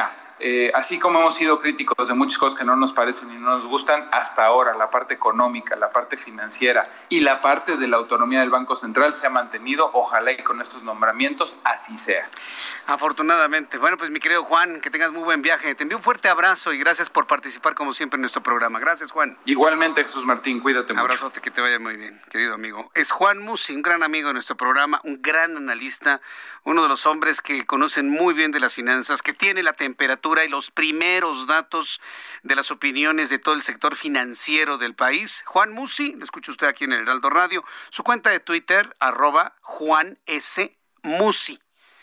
[SPEAKER 13] eh, así como hemos sido críticos de muchas cosas que no nos parecen y no nos gustan, hasta ahora la parte económica, la parte financiera y la parte de la autonomía del Banco Central se ha mantenido. Ojalá y con estos nombramientos así sea.
[SPEAKER 4] Afortunadamente. Bueno, pues mi querido Juan, que tengas muy buen viaje. Te envío un fuerte abrazo y gracias por participar como siempre en nuestro programa. Gracias, Juan.
[SPEAKER 13] Igualmente, Jesús Martín, cuídate mucho.
[SPEAKER 4] Abrazote, que te vaya muy bien, querido amigo. Es Juan Musi, un gran amigo de nuestro programa, un gran analista, uno de los hombres que conocen muy bien de las finanzas, que tiene la temperatura y los primeros datos de las opiniones de todo el sector financiero del país. Juan Musi, lo escucha usted aquí en el Heraldo Radio, su cuenta de Twitter, arroba Juan S. Musi.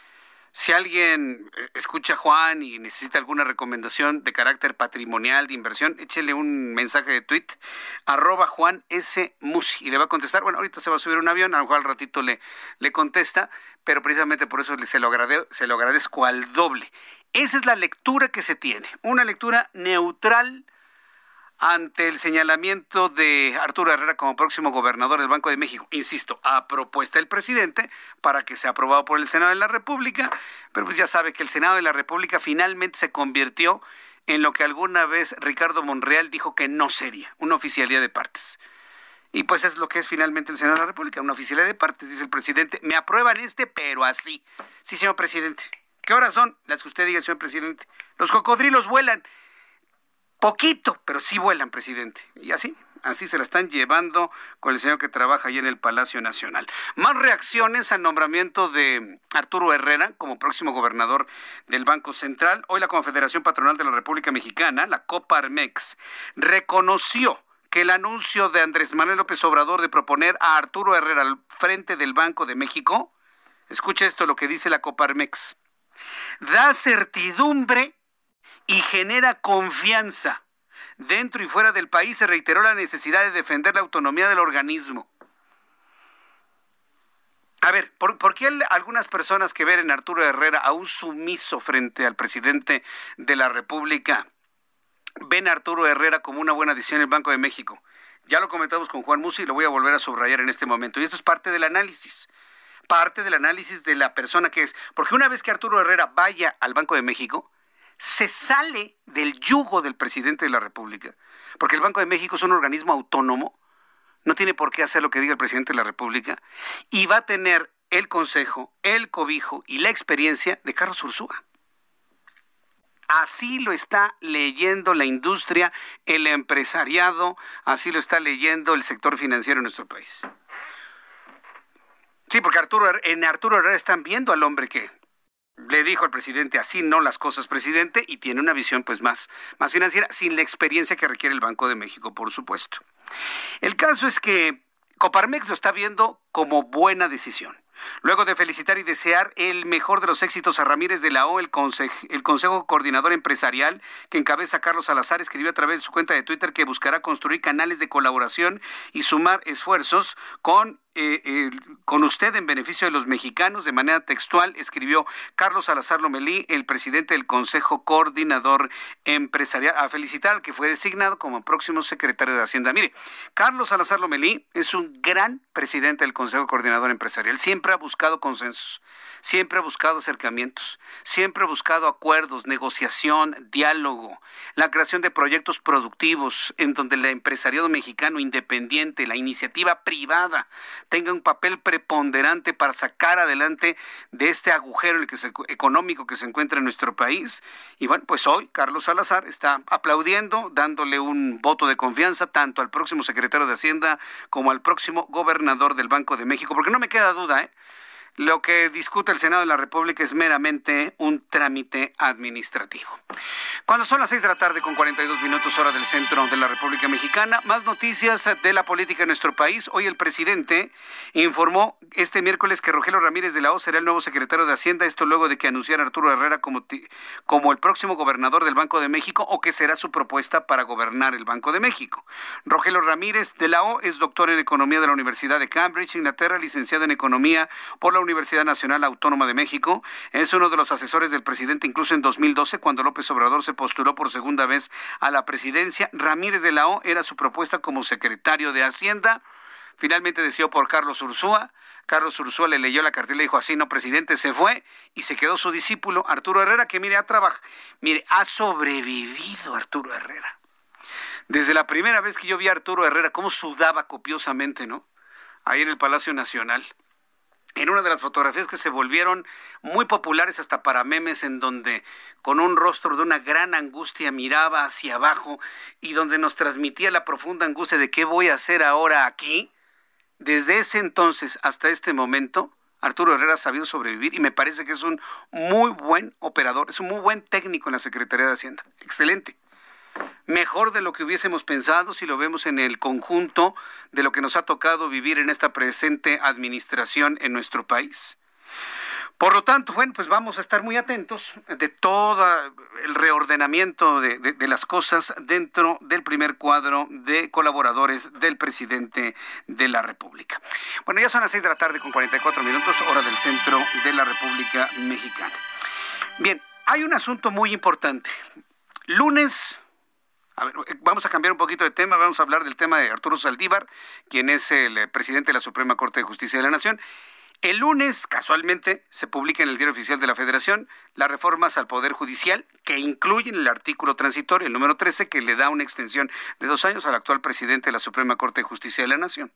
[SPEAKER 4] Si alguien escucha a Juan y necesita alguna recomendación de carácter patrimonial, de inversión, échele un mensaje de tweet, arroba Juan S. Musi, y le va a contestar. Bueno, ahorita se va a subir un avión, a lo mejor al ratito le, le contesta, pero precisamente por eso se lo, agrade, se lo agradezco al doble. Esa es la lectura que se tiene, una lectura neutral ante el señalamiento de Arturo Herrera como próximo gobernador del Banco de México, insisto, a propuesta del presidente para que sea aprobado por el Senado de la República, pero pues ya sabe que el Senado de la República finalmente se convirtió en lo que alguna vez Ricardo Monreal dijo que no sería, una oficialía de partes. Y pues es lo que es finalmente el Senado de la República, una oficialía de partes, dice el presidente. Me aprueban este, pero así. Sí, señor presidente. ¿Qué horas son? Las que usted diga, señor presidente. Los cocodrilos vuelan. Poquito, pero sí vuelan, presidente. Y así, así se la están llevando con el señor que trabaja ahí en el Palacio Nacional. Más reacciones al nombramiento de Arturo Herrera como próximo gobernador del Banco Central. Hoy la Confederación Patronal de la República Mexicana, la Coparmex, reconoció que el anuncio de Andrés Manuel López Obrador de proponer a Arturo Herrera al frente del Banco de México, escuche esto lo que dice la Coparmex, da certidumbre y genera confianza. Dentro y fuera del país se reiteró la necesidad de defender la autonomía del organismo. A ver, ¿por, ¿por qué algunas personas que ven en Arturo Herrera a un sumiso frente al presidente de la República ven a Arturo Herrera como una buena adición en el Banco de México? Ya lo comentamos con Juan Musi y lo voy a volver a subrayar en este momento. Y eso es parte del análisis. Parte del análisis de la persona que es. Porque una vez que Arturo Herrera vaya al Banco de México, se sale del yugo del presidente de la República, porque el Banco de México es un organismo autónomo, no tiene por qué hacer lo que diga el presidente de la República, y va a tener el consejo, el cobijo y la experiencia de Carlos Ursúa. Así lo está leyendo la industria, el empresariado, así lo está leyendo el sector financiero en nuestro país. Sí, porque Arturo, en Arturo Herrera están viendo al hombre que le dijo al presidente, así no las cosas, presidente, y tiene una visión pues más, más financiera, sin la experiencia que requiere el Banco de México, por supuesto. El caso es que Coparmex lo está viendo como buena decisión. Luego de felicitar y desear el mejor de los éxitos a Ramírez de la O, el, conse- el Consejo Coordinador Empresarial que encabeza Carlos Salazar, escribió a través de su cuenta de Twitter que buscará construir canales de colaboración y sumar esfuerzos con Eh, eh, con usted en beneficio de los mexicanos. De manera textual escribió Carlos Salazar Lomelí, el presidente del Consejo Coordinador Empresarial, a felicitar al que fue designado como próximo secretario de Hacienda. Mire, Carlos Salazar Lomelí es un gran presidente del Consejo Coordinador Empresarial. Siempre ha buscado consensos, siempre ha buscado acercamientos, siempre ha buscado acuerdos, negociación, diálogo, la creación de proyectos productivos en donde el empresariado mexicano independiente, la iniciativa privada, tenga un papel preponderante para sacar adelante de este agujero en el que se, económico que se encuentra en nuestro país. Y bueno, pues hoy Carlos Salazar está aplaudiendo, dándole un voto de confianza tanto al próximo secretario de Hacienda como al próximo gobernador del Banco de México, porque no me queda duda, ¿eh? Lo que discute el Senado de la República es meramente un trámite administrativo. Cuando son las seis de la tarde con cuarenta y dos minutos hora del centro de la República Mexicana, más noticias de la política en nuestro país. Hoy el presidente informó este miércoles que Rogelio Ramírez de la O será el nuevo secretario de Hacienda, esto luego de que anunciara Arturo Herrera como, como el próximo gobernador del Banco de México, o que será su propuesta para gobernar el Banco de México. Rogelio Ramírez de la O es doctor en Economía de la Universidad de Cambridge, Inglaterra, licenciado en Economía por la Universidad Nacional Autónoma de México. Es uno de los asesores del presidente incluso en dos mil doce, cuando López Obrador se postuló por segunda vez a la presidencia. Ramírez de la O era su propuesta como secretario de Hacienda. Finalmente decidió por Carlos Ursúa. Carlos Ursúa le leyó la cartilla y le dijo, así no, presidente, se fue, y se quedó su discípulo, Arturo Herrera, que mire, ha trabajado, mire, ha sobrevivido Arturo Herrera. Desde la primera vez que yo vi a Arturo Herrera, cómo sudaba copiosamente, ¿no? Ahí en el Palacio Nacional. En una de las fotografías que se volvieron muy populares hasta para memes, en donde con un rostro de una gran angustia miraba hacia abajo y donde nos transmitía la profunda angustia de qué voy a hacer ahora aquí. Desde ese entonces hasta este momento, Arturo Herrera ha sabido sobrevivir y me parece que es un muy buen operador, es un muy buen técnico en la Secretaría de Hacienda. Excelente. Mejor de lo que hubiésemos pensado si lo vemos en el conjunto de lo que nos ha tocado vivir en esta presente administración en nuestro país. Por lo tanto, bueno, pues vamos a estar muy atentos de todo el reordenamiento de, de, de las cosas dentro del primer cuadro de colaboradores del presidente de la República. Bueno, ya son las seis de la tarde con cuarenta y cuatro minutos, hora del centro de la República Mexicana. Bien, hay un asunto muy importante. Lunes... A ver, vamos a cambiar un poquito de tema, vamos a hablar del tema de Arturo Saldívar, quien es el presidente de la Suprema Corte de Justicia de la Nación. El lunes, casualmente, se publica en el Diario Oficial de la Federación las reformas al Poder Judicial que incluyen el artículo transitorio, el número trece, que le da una extensión de dos años al actual presidente de la Suprema Corte de Justicia de la Nación.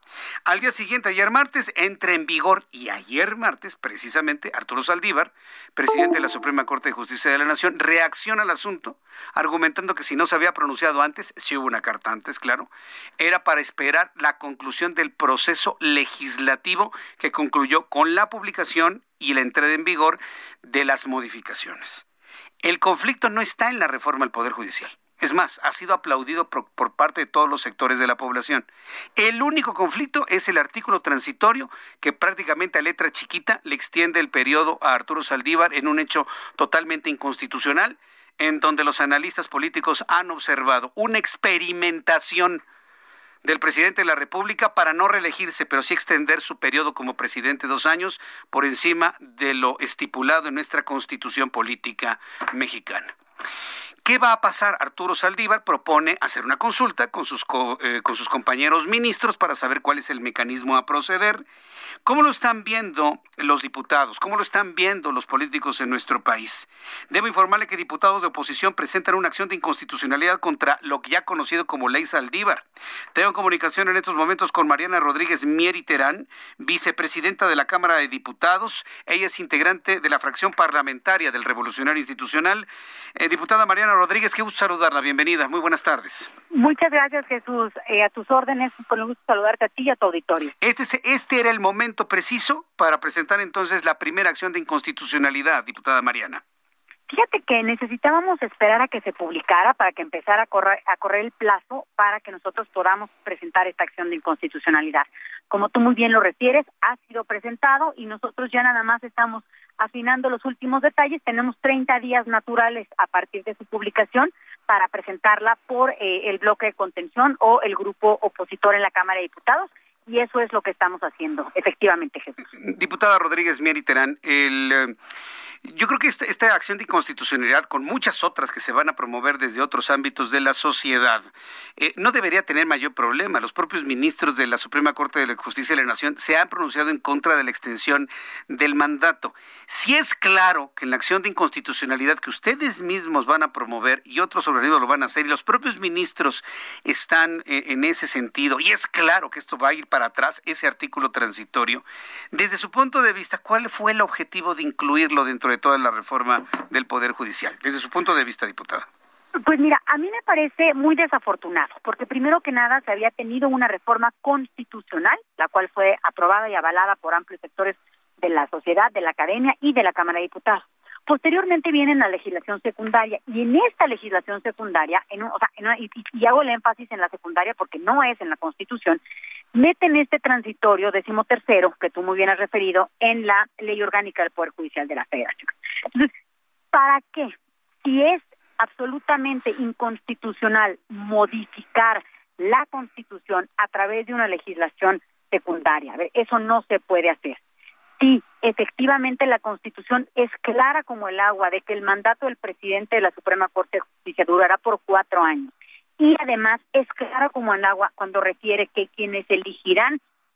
[SPEAKER 4] Al día siguiente, ayer martes, entra en vigor, y ayer martes, precisamente, Arturo Saldívar, presidente de la Suprema Corte de Justicia de la Nación, reacciona al asunto, argumentando que si no se había pronunciado antes, si hubo una carta antes, claro, era para esperar la conclusión del proceso legislativo que concluyó con la publicación y la entrada en vigor de las modificaciones. El conflicto no está en la reforma al Poder Judicial. Es más, ha sido aplaudido por, por parte de todos los sectores de la población. El único conflicto es el artículo transitorio que prácticamente a letra chiquita le extiende el periodo a Arturo Saldívar en un hecho totalmente inconstitucional, en donde los analistas políticos han observado una experimentación del presidente de la República para no reelegirse, pero sí extender su periodo como presidente dos años por encima de lo estipulado en nuestra Constitución política mexicana. ¿Qué va a pasar? Arturo Saldívar propone hacer una consulta con sus, co, eh, con sus compañeros ministros para saber cuál es el mecanismo a proceder. ¿Cómo lo están viendo los diputados? ¿Cómo lo están viendo los políticos en nuestro país? Debo informarle que diputados de oposición presentan una acción de inconstitucionalidad contra lo que ya conocido como Ley Saldívar. Tengo comunicación en estos momentos con Mariana Rodríguez Mier y Terán, vicepresidenta de la Cámara de Diputados. Ella es integrante de la fracción parlamentaria del Revolucionario Institucional. Eh, diputada Mariana Rodríguez, qué gusto saludarla. Bienvenida. Muy buenas tardes.
[SPEAKER 14] Muchas gracias, Jesús. Eh, a tus órdenes, con el gusto saludarte a ti y a tu auditorio.
[SPEAKER 4] Este, este era el momento preciso para presentar entonces la primera acción de inconstitucionalidad, diputada Mariana.
[SPEAKER 14] Fíjate que necesitábamos esperar a que se publicara para que empezara a correr, a correr el plazo para que nosotros podamos presentar esta acción de inconstitucionalidad. Como tú muy bien lo refieres, ha sido presentado y nosotros ya nada más estamos afinando los últimos detalles. Tenemos treinta días naturales a partir de su publicación para presentarla por eh, el bloque de contención o el grupo opositor en la Cámara de Diputados. Y eso es lo que estamos haciendo, efectivamente, Jesús.
[SPEAKER 4] Diputada Rodríguez Mier y Terán, el... Eh... Yo creo que esta, esta acción de inconstitucionalidad, con muchas otras que se van a promover desde otros ámbitos de la sociedad, eh, no debería tener mayor problema. Los propios ministros de la Suprema Corte de Justicia de la Nación se han pronunciado en contra de la extensión del mandato. Si es claro que en la acción de inconstitucionalidad que ustedes mismos van a promover y otros organismos lo van a hacer, y los propios ministros están eh, en ese sentido, y es claro que esto va a ir para atrás, ese artículo transitorio, desde su punto de vista, ¿cuál fue el objetivo de incluirlo dentro de de toda la reforma del Poder Judicial, desde su punto de vista, diputada?
[SPEAKER 14] Pues mira, a mí me parece muy desafortunado, porque primero que nada se había tenido una reforma constitucional, la cual fue aprobada y avalada por amplios sectores de la sociedad, de la academia y de la Cámara de Diputados. Posteriormente viene la legislación secundaria, y en esta legislación secundaria, en un, o sea, en una, y, y hago el énfasis en la secundaria porque no es en la Constitución, meten este transitorio decimotercero, que tú muy bien has referido, en la Ley Orgánica del Poder Judicial de la Federación. Entonces, ¿para qué? Si es absolutamente inconstitucional modificar la Constitución a través de una legislación secundaria, a ver, eso no se puede hacer. Sí, efectivamente la Constitución es clara como el agua de que el mandato del presidente de la Suprema Corte de Justicia durará por cuatro años. Y además es claro como el agua cuando refiere que quienes elegirán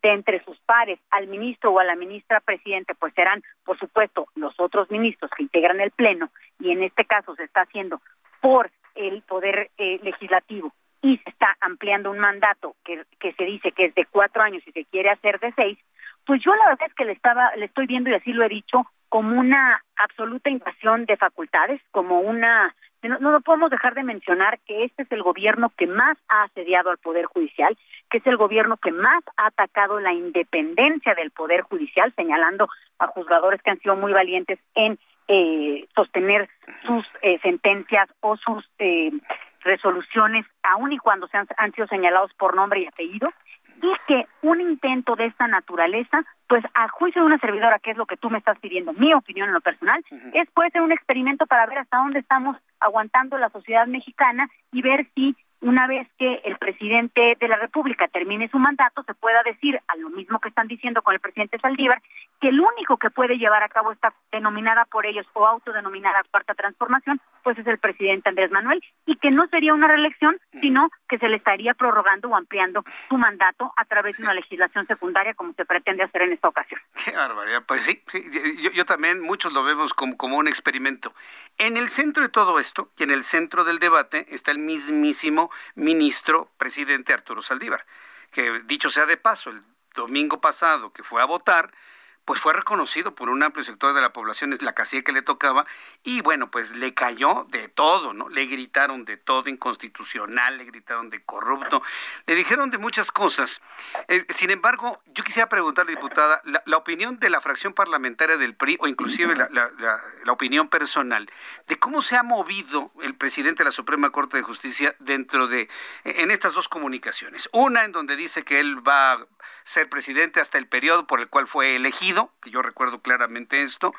[SPEAKER 14] de entre sus pares al ministro o a la ministra presidente, pues serán, por supuesto, los otros ministros que integran el Pleno, y en este caso se está haciendo por el Poder eh, Legislativo, y se está ampliando un mandato que, que se dice que es de cuatro años y se quiere hacer de seis, pues yo la verdad es que le estaba, le estoy viendo, y así lo he dicho, como una absoluta invasión de facultades, como una... No, no podemos dejar de mencionar que este es el gobierno que más ha asediado al Poder Judicial, que es el gobierno que más ha atacado la independencia del Poder Judicial, señalando a juzgadores que han sido muy valientes en eh, sostener sus eh, sentencias o sus eh, resoluciones, aun y cuando se han, han sido señalados por nombre y apellido, y que un intento de esta naturaleza, pues a juicio de una servidora, que es lo que tú me estás pidiendo, mi opinión en lo personal, uh-huh. es puede ser un experimento para ver hasta dónde estamos aguantando la sociedad mexicana y ver si una vez que el presidente de la República termine su mandato, se pueda decir, a lo mismo que están diciendo con el presidente Saldívar, que el único que puede llevar a cabo esta denominada por ellos o autodenominada cuarta transformación, pues es el presidente Andrés Manuel, y que no sería una reelección, sino que se le estaría prorrogando o ampliando su mandato a través de una legislación secundaria, como se pretende hacer en esta ocasión.
[SPEAKER 4] Qué barbaridad. Pues sí, sí yo, yo también, muchos lo vemos como, como un experimento. En el centro de todo esto, y en el centro del debate, está el mismísimo ministro presidente Arturo Saldívar, que dicho sea de paso, el domingo pasado que fue a votar, pues fue reconocido por un amplio sector de la población, es la casilla que le tocaba, y bueno, pues le cayó de todo, ¿no? Le gritaron de todo, inconstitucional, le gritaron de corrupto, le dijeron de muchas cosas. Eh, sin embargo, yo quisiera preguntarle, diputada, la, la opinión de la fracción parlamentaria del P R I, o inclusive la, la, la, la opinión personal, de cómo se ha movido el presidente de la Suprema Corte de Justicia dentro de, en estas dos comunicaciones. Una en donde dice que él va a ser presidente hasta el periodo por el cual fue elegido, que yo recuerdo claramente esto,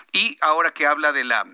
[SPEAKER 4] y ahora que habla de la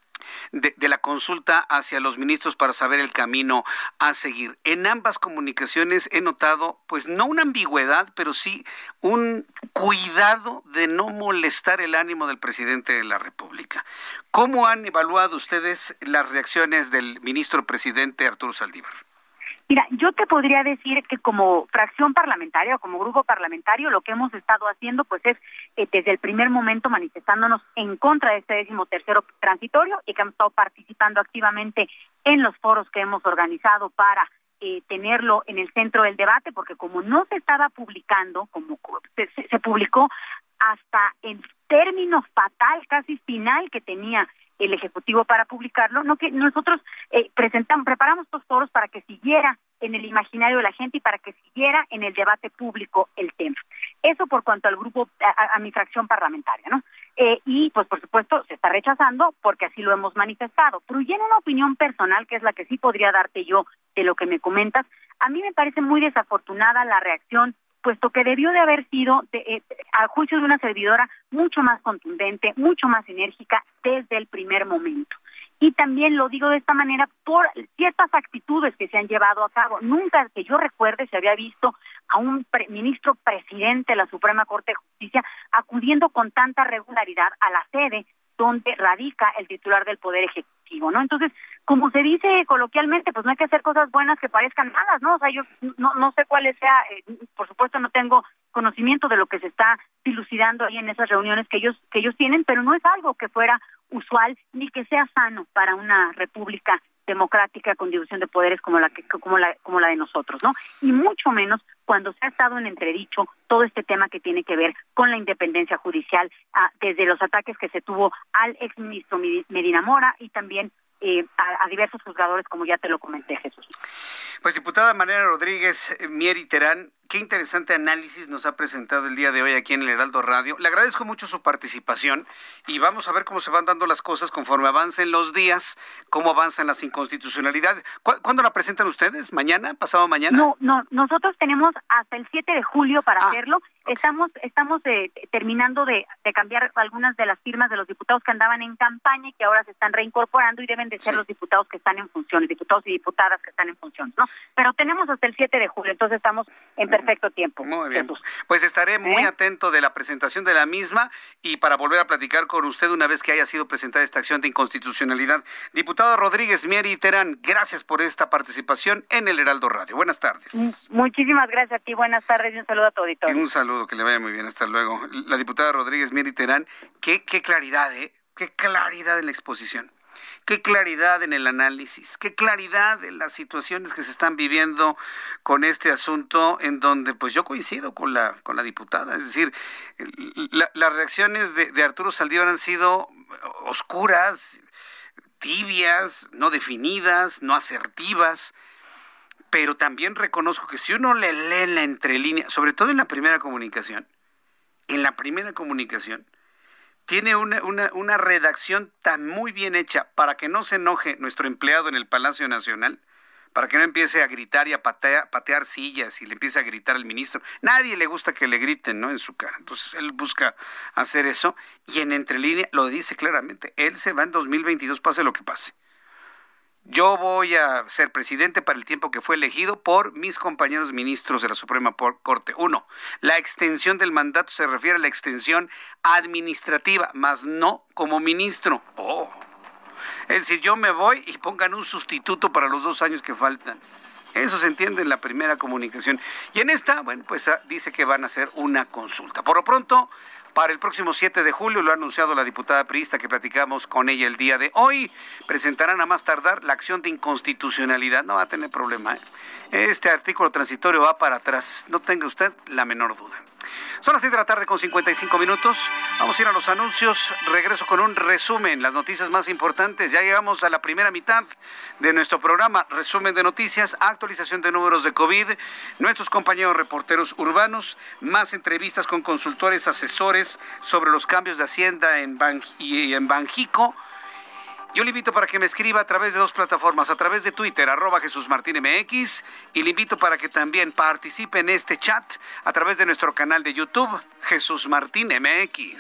[SPEAKER 4] de, de la consulta hacia los ministros para saber el camino a seguir. En ambas comunicaciones he notado, pues no una ambigüedad, pero sí un cuidado de no molestar el ánimo del presidente de la República. ¿Cómo han evaluado ustedes las reacciones del ministro presidente Arturo Saldívar?
[SPEAKER 14] Mira, yo te podría decir que como fracción parlamentaria o como grupo parlamentario lo que hemos estado haciendo pues es eh, desde el primer momento manifestándonos en contra de este décimo tercero transitorio y que hemos estado participando activamente en los foros que hemos organizado para eh, tenerlo en el centro del debate, porque como no se estaba publicando, como se, se, se publicó hasta el término fatal, casi final que tenía el Ejecutivo para publicarlo, no que nosotros eh, presentamos, preparamos estos foros para que siguiera en el imaginario de la gente y para que siguiera en el debate público el tema. Eso por cuanto al grupo, a, a mi fracción parlamentaria, ¿no? Eh, y pues por supuesto se está rechazando porque así lo hemos manifestado. Pero ya en una opinión personal, que es la que sí podría darte yo de lo que me comentas, a mí me parece muy desafortunada la reacción, puesto que debió de haber sido, de, eh, a juicio de una servidora, mucho más contundente, mucho más enérgica desde el primer momento. Y también lo digo de esta manera por ciertas actitudes que se han llevado a cabo. Nunca que yo recuerde se había visto a un pre- ministro presidente de la Suprema Corte de Justicia acudiendo con tanta regularidad a la sede donde radica el titular del Poder Ejecutivo, ¿no? Entonces, como se dice coloquialmente, pues no hay que hacer cosas buenas que parezcan malas, ¿no? O sea, yo no, no sé cuál sea, eh, por supuesto no tengo conocimiento de lo que se está dilucidando ahí en esas reuniones que ellos que ellos tienen, pero no es algo que fuera usual ni que sea sano para una república democrática con división de poderes como la que como la como la de nosotros, ¿no? Y mucho menos cuando se ha estado en entredicho todo este tema que tiene que ver con la independencia judicial, ah, desde los ataques que se tuvo al exministro Medina Mora y también eh, a, a diversos juzgadores, como ya te lo comenté, Jesús.
[SPEAKER 4] Pues diputada Mariana Rodríguez Mier y Terán, qué interesante análisis nos ha presentado el día de hoy aquí en el Heraldo Radio. Le agradezco mucho su participación y vamos a ver cómo se van dando las cosas conforme avancen los días, cómo avanzan las inconstitucionalidades. ¿Cu- ¿Cuándo la presentan ustedes? ¿Mañana? ¿Pasado mañana?
[SPEAKER 14] No, no, nosotros tenemos hasta el siete de julio para
[SPEAKER 4] ah,
[SPEAKER 14] hacerlo. Okay. Estamos estamos eh, terminando de, de cambiar algunas de las firmas de los diputados que andaban en campaña y que ahora se están reincorporando y deben de ser sí. los diputados que están en funciones, diputados y diputadas que están en funciones, ¿no? pero tenemos hasta el siete de julio, entonces estamos en perfecto tiempo.
[SPEAKER 4] Muy bien, pues estaré muy ¿Eh? atento de la presentación de la misma y para volver a platicar con usted una vez que haya sido presentada esta acción de inconstitucionalidad. Diputado Rodríguez Mieri Terán, gracias por esta participación en el Heraldo Radio. Buenas tardes.
[SPEAKER 14] Muchísimas gracias a ti, buenas tardes y un saludo a tu auditorio.
[SPEAKER 4] Un saludo, que le vaya muy bien, hasta luego. La diputada Rodríguez Mieri Terán, qué, qué claridad, ¿eh? Qué claridad en la exposición. Qué claridad en el análisis, qué claridad en las situaciones que se están viviendo con este asunto, en donde pues yo coincido con la con la diputada. Es decir, la, las reacciones de, de Arturo Saldívar han sido oscuras, tibias, no definidas, no asertivas, pero también reconozco que si uno le lee en la entrelínea, sobre todo en la primera comunicación, en la primera comunicación, tiene una, una, una redacción tan muy bien hecha para que no se enoje nuestro empleado en el Palacio Nacional, para que no empiece a gritar y a patear, patear sillas y le empiece a gritar al ministro. Nadie le gusta que le griten, ¿no?, en su cara. Entonces él busca hacer eso y en entrelínea lo dice claramente. Él se va en dos mil veintidós, pase lo que pase. Yo voy a ser presidente para el tiempo que fue elegido por mis compañeros ministros de la Suprema Corte. Uno, la extensión del mandato se refiere a la extensión administrativa, más no como ministro. Oh. Es decir, yo me voy y pongan un sustituto para los dos años que faltan. Eso se entiende en la primera comunicación. Y en esta, bueno, pues dice que van a hacer una consulta. Por lo pronto, para el próximo siete de julio, lo ha anunciado la diputada priista que platicamos con ella el día de hoy, presentarán a más tardar la acción de inconstitucionalidad. No va a tener problema, ¿eh? Este artículo transitorio va para atrás, no tenga usted la menor duda. Son las seis de la tarde con cincuenta y cinco minutos. Vamos a ir a los anuncios. Regreso con un resumen, las noticias más importantes. Ya llegamos a la primera mitad de nuestro programa. Resumen de noticias, actualización de números de COVID, nuestros compañeros reporteros urbanos, más entrevistas con consultores, asesores sobre los cambios de Hacienda en, Ban- y en Banjico. Yo le invito para que me escriba a través de dos plataformas, a través de Twitter, arroba Jesús Martín M X, y le invito para que también participe en este chat a través de nuestro canal de YouTube, Jesús Martín M X.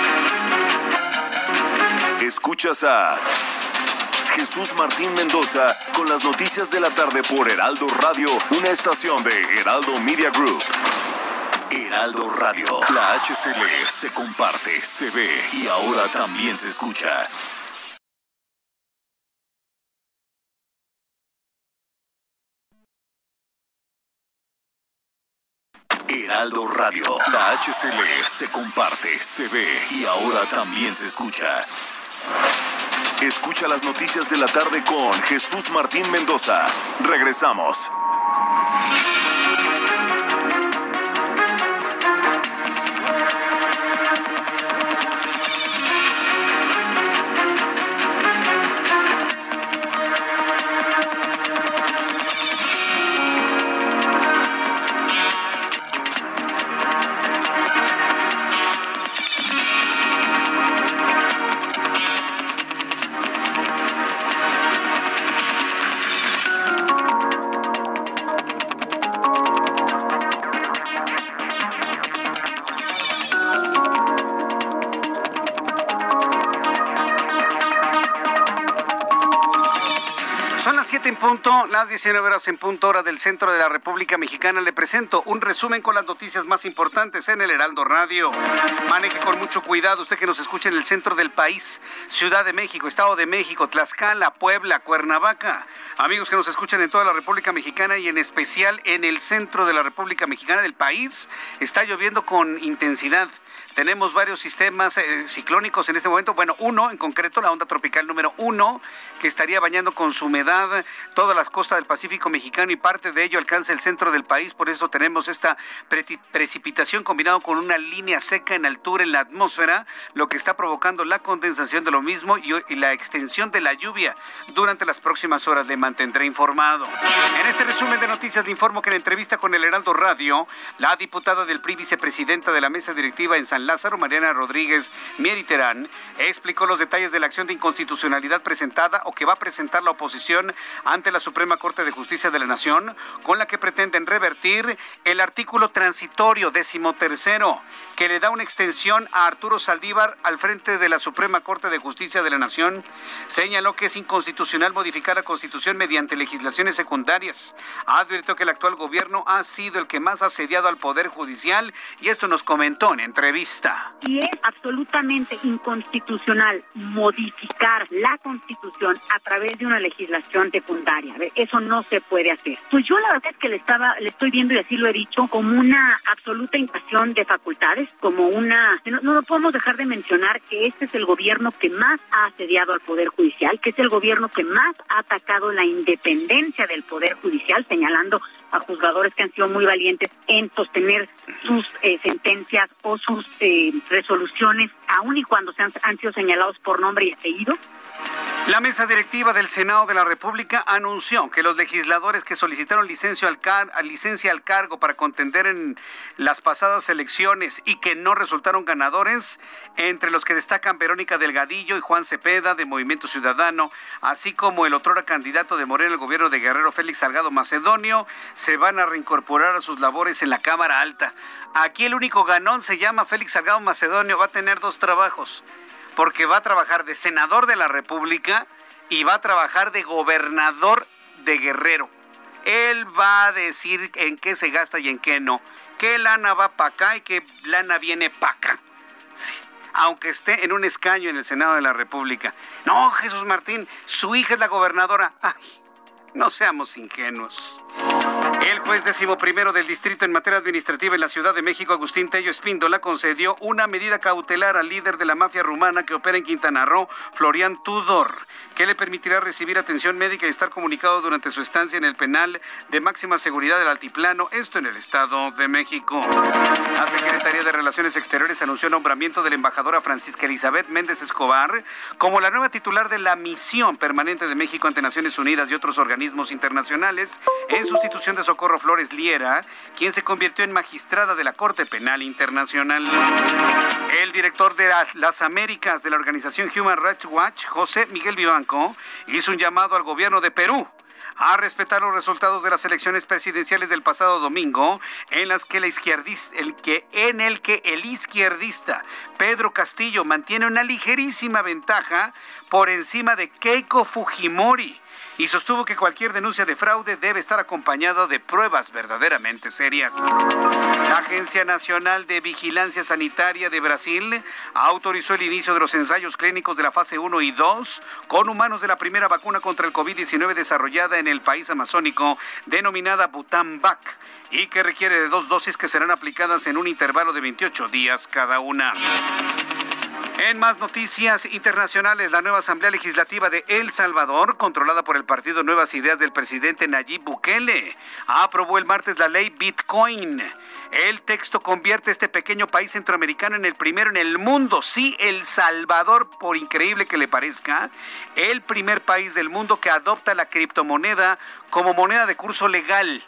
[SPEAKER 3] Escuchas a Jesús Martín Mendoza con las noticias de la tarde por Heraldo Radio, una estación de Heraldo Media Group. Heraldo Radio, la H C L se comparte, se ve y ahora también se escucha. Heraldo Radio, la H C L se comparte, se ve y ahora también se escucha. Escucha las noticias de la tarde con Jesús Martín Mendoza. Regresamos.
[SPEAKER 4] En punto, las diecinueve horas en punto hora del centro de la República Mexicana, le presento un resumen con las noticias más importantes en el Heraldo Radio. Maneje con mucho cuidado, usted que nos escucha en el centro del país, Ciudad de México, Estado de México, Tlaxcala, Puebla, Cuernavaca. Amigos que nos escuchan en toda la República Mexicana y en especial en el centro de la República Mexicana del país, está lloviendo con intensidad. Tenemos varios sistemas eh, ciclónicos en este momento. Bueno, uno en concreto, la onda tropical número uno, que estaría bañando con su humedad todas las costas del Pacífico mexicano y parte de ello alcanza el centro del país. Por eso tenemos esta pre- precipitación combinado con una línea seca en altura en la atmósfera, lo que está provocando la condensación de lo mismo y, y la extensión de la lluvia durante las próximas horas. Le mantendré informado. En este resumen de noticias le informo que en entrevista con el Heraldo Radio, la diputada del P R I, vicepresidenta de la mesa directiva en San Lázaro, Mariana Rodríguez Mieri Terán, explicó los detalles de la acción de inconstitucionalidad presentada o que va a presentar la oposición ante ante la Suprema Corte de Justicia de la Nación, con la que pretenden revertir el artículo transitorio decimotercero, que le da una extensión a Arturo Saldívar al frente de la Suprema Corte de Justicia de la Nación. Señaló que es inconstitucional modificar la Constitución mediante legislaciones secundarias. Advirtió que el actual gobierno ha sido el que más ha asediado al Poder Judicial, y esto nos comentó en entrevista.
[SPEAKER 14] Y es absolutamente inconstitucional modificar la Constitución a través de una legislación secundaria. Eso no se puede hacer. Pues yo la verdad es que le estaba, le estoy viendo, y así lo he dicho, como una absoluta invasión de facultades, como una... No, no podemos dejar de mencionar que este es el gobierno que más ha asediado al Poder Judicial, que es el gobierno que más ha atacado la independencia del Poder Judicial, señalando a juzgadores que han sido muy valientes en sostener sus eh, sentencias o sus eh, resoluciones, aun y cuando se han, han sido señalados por nombre y apellido.
[SPEAKER 4] La mesa directiva del Senado de la República anunció que los legisladores que solicitaron licencia al, car- licencia al cargo para contender en las pasadas elecciones y que no resultaron ganadores, entre los que destacan Verónica Delgadillo y Juan Cepeda de Movimiento Ciudadano, así como el otrora candidato de Morena al gobierno de Guerrero, Félix Salgado Macedonio, se van a reincorporar a sus labores en la Cámara Alta. Aquí el único ganón se llama Félix Salgado Macedonio, va a tener dos trabajos, porque va a trabajar de senador de la República y va a trabajar de gobernador de Guerrero. Él va a decir en qué se gasta y en qué no, qué lana va para acá y qué lana viene para acá. Sí. Aunque esté en un escaño en el Senado de la República. No, Jesús Martín, su hija es la gobernadora. Ay, no seamos ingenuos. El juez décimo primero del distrito en materia administrativa en la Ciudad de México, Agustín Tello Espíndola, concedió una medida cautelar al líder de la mafia rumana que opera en Quintana Roo, Florian Tudor, que le permitirá recibir atención médica y estar comunicado durante su estancia en el penal de máxima seguridad del Altiplano, esto en el Estado de México. La Secretaría de Relaciones Exteriores anunció el nombramiento de la embajadora Francisca Elizabeth Méndez Escobar como la nueva titular de la misión permanente de México ante Naciones Unidas y otros organismos internacionales, en sustitución de Socorro Flores Liera, quien se convirtió en magistrada de la Corte Penal Internacional. El director de las Américas de la organización Human Rights Watch, José Miguel Vivanco, hizo un llamado al gobierno de Perú a respetar los resultados de las elecciones presidenciales del pasado domingo, en las que, la izquierdista, el que, en el que el izquierdista Pedro Castillo mantiene una ligerísima ventaja por encima de Keiko Fujimori, y sostuvo que cualquier denuncia de fraude debe estar acompañada de pruebas verdaderamente serias. La Agencia Nacional de Vigilancia Sanitaria de Brasil autorizó el inicio de los ensayos clínicos de la fase uno y dos con humanos de la primera vacuna contra el COVID diecinueve desarrollada en el país amazónico, denominada Butanvac, y que requiere de dos dosis que serán aplicadas en un intervalo de veintiocho días cada una. En más noticias internacionales, la nueva Asamblea Legislativa de El Salvador, controlada por el partido Nuevas Ideas del presidente Nayib Bukele, aprobó el martes la ley Bitcoin. El texto convierte a este pequeño país centroamericano en el primero en el mundo, sí, El Salvador, por increíble que le parezca, el primer país del mundo que adopta la criptomoneda como moneda de curso legal.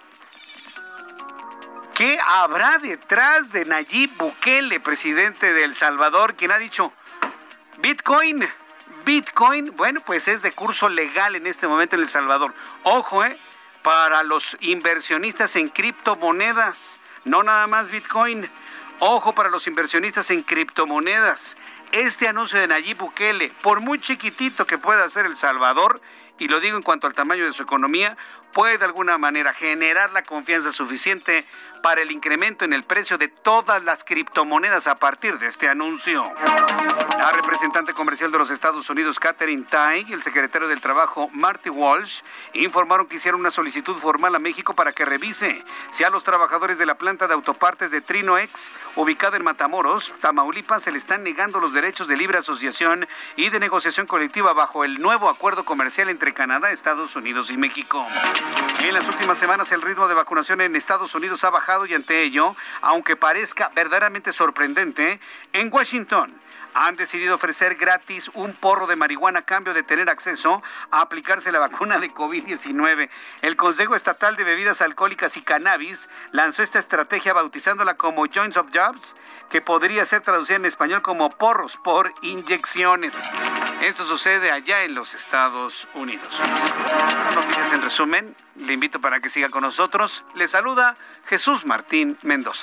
[SPEAKER 4] ¿Qué habrá detrás de Nayib Bukele, presidente de El Salvador, quien ha dicho Bitcoin, Bitcoin, bueno, pues es de curso legal en este momento en El Salvador? Ojo, eh, para los inversionistas en criptomonedas, no nada más Bitcoin. Ojo para los inversionistas en criptomonedas. Este anuncio de Nayib Bukele, por muy chiquitito que pueda ser El Salvador, y lo digo en cuanto al tamaño de su economía, puede de alguna manera generar la confianza suficiente para el incremento en el precio de todas las criptomonedas a partir de este anuncio. La representante comercial de los Estados Unidos, Katherine Tai, y el secretario del Trabajo, Marty Walsh, informaron que hicieron una solicitud formal a México para que revise si a los trabajadores de la planta de autopartes de Trinoex, ubicada en Matamoros, Tamaulipas, se le están negando los derechos de libre asociación y de negociación colectiva bajo el nuevo acuerdo comercial entre Canadá, Estados Unidos y México. En las últimas semanas el ritmo de vacunación en Estados Unidos ha bajado, y ante ello, aunque parezca verdaderamente sorprendente, en Washington han decidido ofrecer gratis un porro de marihuana a cambio de tener acceso a aplicarse la vacuna de COVID diecinueve. El Consejo Estatal de Bebidas Alcohólicas y Cannabis lanzó esta estrategia bautizándola como Joints of Jobs, que podría ser traducida en español como porros por inyecciones. Esto sucede allá en los Estados Unidos. Noticias en resumen. Le invito para que siga con nosotros. Le saluda Jesús Martín Mendoza.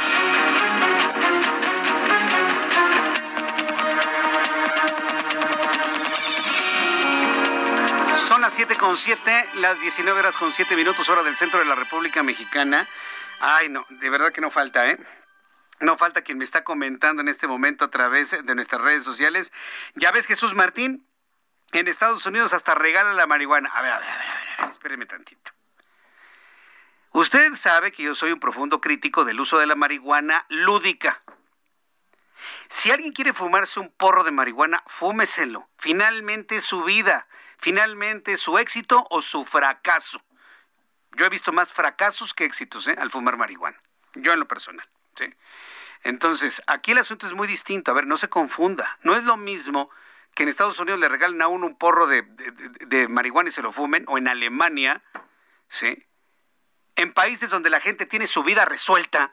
[SPEAKER 4] Son las siete con siete, las diecinueve horas con siete minutos, hora del centro de la República Mexicana. Ay, no, de verdad que no falta, ¿eh? No falta quien me está comentando en este momento a través de nuestras redes sociales. Ya ves, Jesús Martín, en Estados Unidos hasta regala la marihuana. A ver, a ver, a ver, a ver, a ver, espéreme tantito. Usted sabe que yo soy un profundo crítico del uso de la marihuana lúdica. Si alguien quiere fumarse un porro de marihuana, fúmeselo. Finalmente es su vida, finalmente es su éxito o su fracaso. Yo he visto más fracasos que éxitos, ¿eh? al fumar marihuana. Yo en lo personal, ¿sí? Entonces, aquí el asunto es muy distinto. A ver, no se confunda. No es lo mismo que en Estados Unidos le regalen a uno un porro de, de, de, de marihuana y se lo fumen, o en Alemania, ¿sí? En países donde la gente tiene su vida resuelta,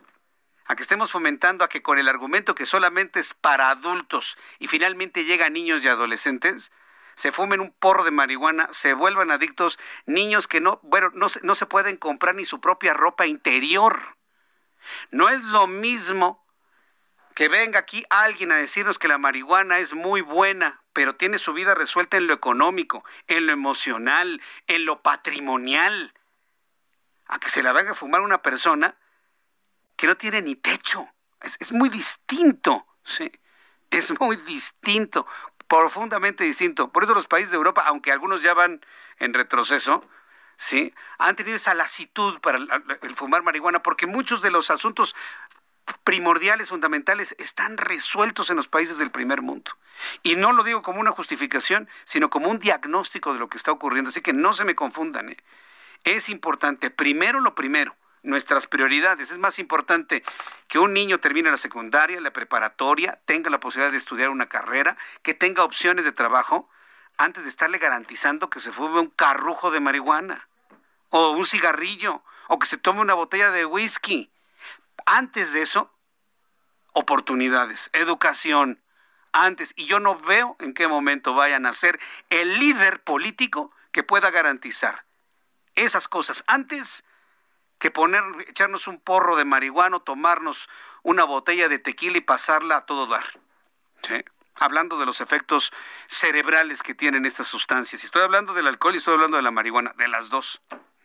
[SPEAKER 4] a que estemos fomentando a que con el argumento que solamente es para adultos y finalmente llegan niños y adolescentes, se fumen un porro de marihuana, se vuelvan adictos, niños que no, bueno, no, no se pueden comprar ni su propia ropa interior. No es lo mismo que venga aquí alguien a decirnos que la marihuana es muy buena, pero tiene su vida resuelta en lo económico, en lo emocional, en lo patrimonial, a que se la venga a fumar una persona que no tiene ni techo. Es, es muy distinto, ¿sí? Es muy distinto, profundamente distinto. Por eso los países de Europa, aunque algunos ya van en retroceso, ¿sí?, han tenido esa lasitud para el, el fumar marihuana, porque muchos de los asuntos primordiales, fundamentales, están resueltos en los países del primer mundo. Y no lo digo como una justificación, sino como un diagnóstico de lo que está ocurriendo. Así que no se me confundan, ¿eh? Es importante, primero lo primero, nuestras prioridades. Es más importante que un niño termine la secundaria, la preparatoria, tenga la posibilidad de estudiar una carrera, que tenga opciones de trabajo, antes de estarle garantizando que se fume un carrujo de marihuana, o un cigarrillo, o que se tome una botella de whisky. Antes de eso, oportunidades, educación, antes. Y yo no veo en qué momento vayan a ser el líder político que pueda garantizar esas cosas antes que poner, echarnos un porro de marihuana, tomarnos una botella de tequila y pasarla a todo dar, ¿sí? Hablando de los efectos cerebrales que tienen estas sustancias. Estoy hablando del alcohol y estoy hablando de la marihuana, de las dos.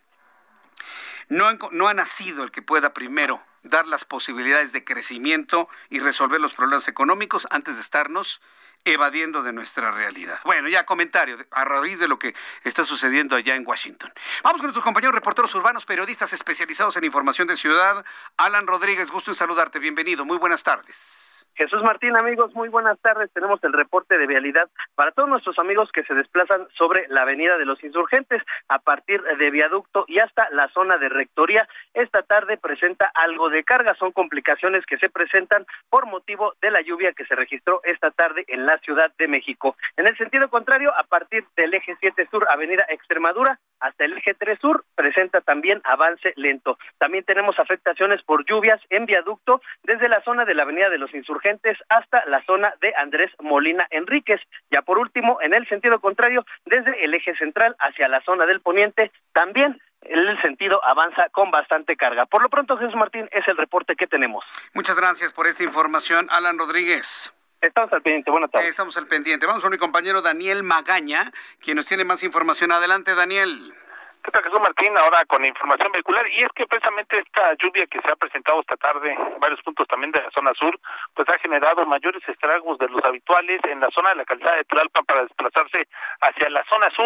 [SPEAKER 4] No, no ha nacido el que pueda primero dar las posibilidades de crecimiento y resolver los problemas económicos antes de estarnos evadiendo de nuestra realidad. Bueno, ya comentario a raíz de lo que está sucediendo allá en Washington. Vamos con nuestros compañeros reporteros urbanos, periodistas especializados en información de ciudad. Alan Rodríguez, gusto en saludarte. Bienvenido. Muy buenas tardes.
[SPEAKER 11] Jesús Martín, amigos, muy buenas tardes. Tenemos el reporte de vialidad para todos nuestros amigos que se desplazan sobre la Avenida de los Insurgentes a partir de Viaducto y hasta la zona de Rectoría. Esta tarde presenta algo de carga. Son complicaciones que se presentan por motivo de la lluvia que se registró esta tarde en la Ciudad de México. En el sentido contrario, a partir del eje siete Sur, Avenida Extremadura, hasta el eje tres Sur, presenta también avance lento. También tenemos afectaciones por lluvias en Viaducto desde la zona de la Avenida de los Insurgentes hasta la zona de Andrés Molina Enríquez. Ya por último, en el sentido contrario, desde el eje central hacia la zona del poniente, también el sentido avanza con bastante carga. Por lo pronto, Jesús Martín, es el reporte que tenemos.
[SPEAKER 4] Muchas gracias por esta información, Alan Rodríguez.
[SPEAKER 11] Estamos al pendiente, buenas tardes.
[SPEAKER 4] Estamos al pendiente. Vamos con mi compañero Daniel Magaña, quien nos tiene más información. Adelante, Daniel.
[SPEAKER 10] ¿Qué tal, Jesús Martín? Ahora con información vehicular, y es que precisamente esta lluvia que se ha presentado esta tarde en varios puntos también de la zona sur, pues ha generado mayores estragos de los habituales en la zona de la calzada de Tlalpan para desplazarse hacia la zona sur.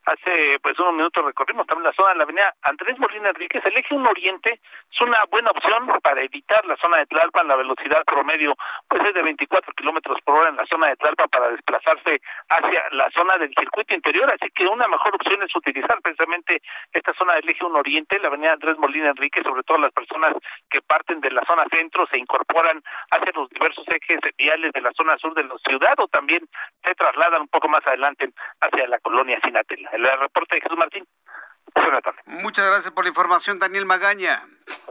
[SPEAKER 10] Hace pues unos minutos recorrimos también la zona de la avenida Andrés Molina Enríquez. El eje uno Oriente es una buena opción para evitar la zona de Tlalpan. La velocidad promedio pues es de veinticuatro kilómetros por hora en la zona de Tlalpan para desplazarse hacia la zona del circuito interior, así que una mejor opción es utilizar precisamente esta zona del eje uno Oriente, la avenida Andrés Molina Enríquez, sobre todo las personas que parten de la zona centro, se incorporan hacia los diversos ejes viales de la zona sur de la ciudad o también se trasladan un poco más adelante hacia la colonia Cinatel. El reporte de Jesús Martín. Buenas tardes.
[SPEAKER 4] Muchas gracias por la información, Daniel Magaña.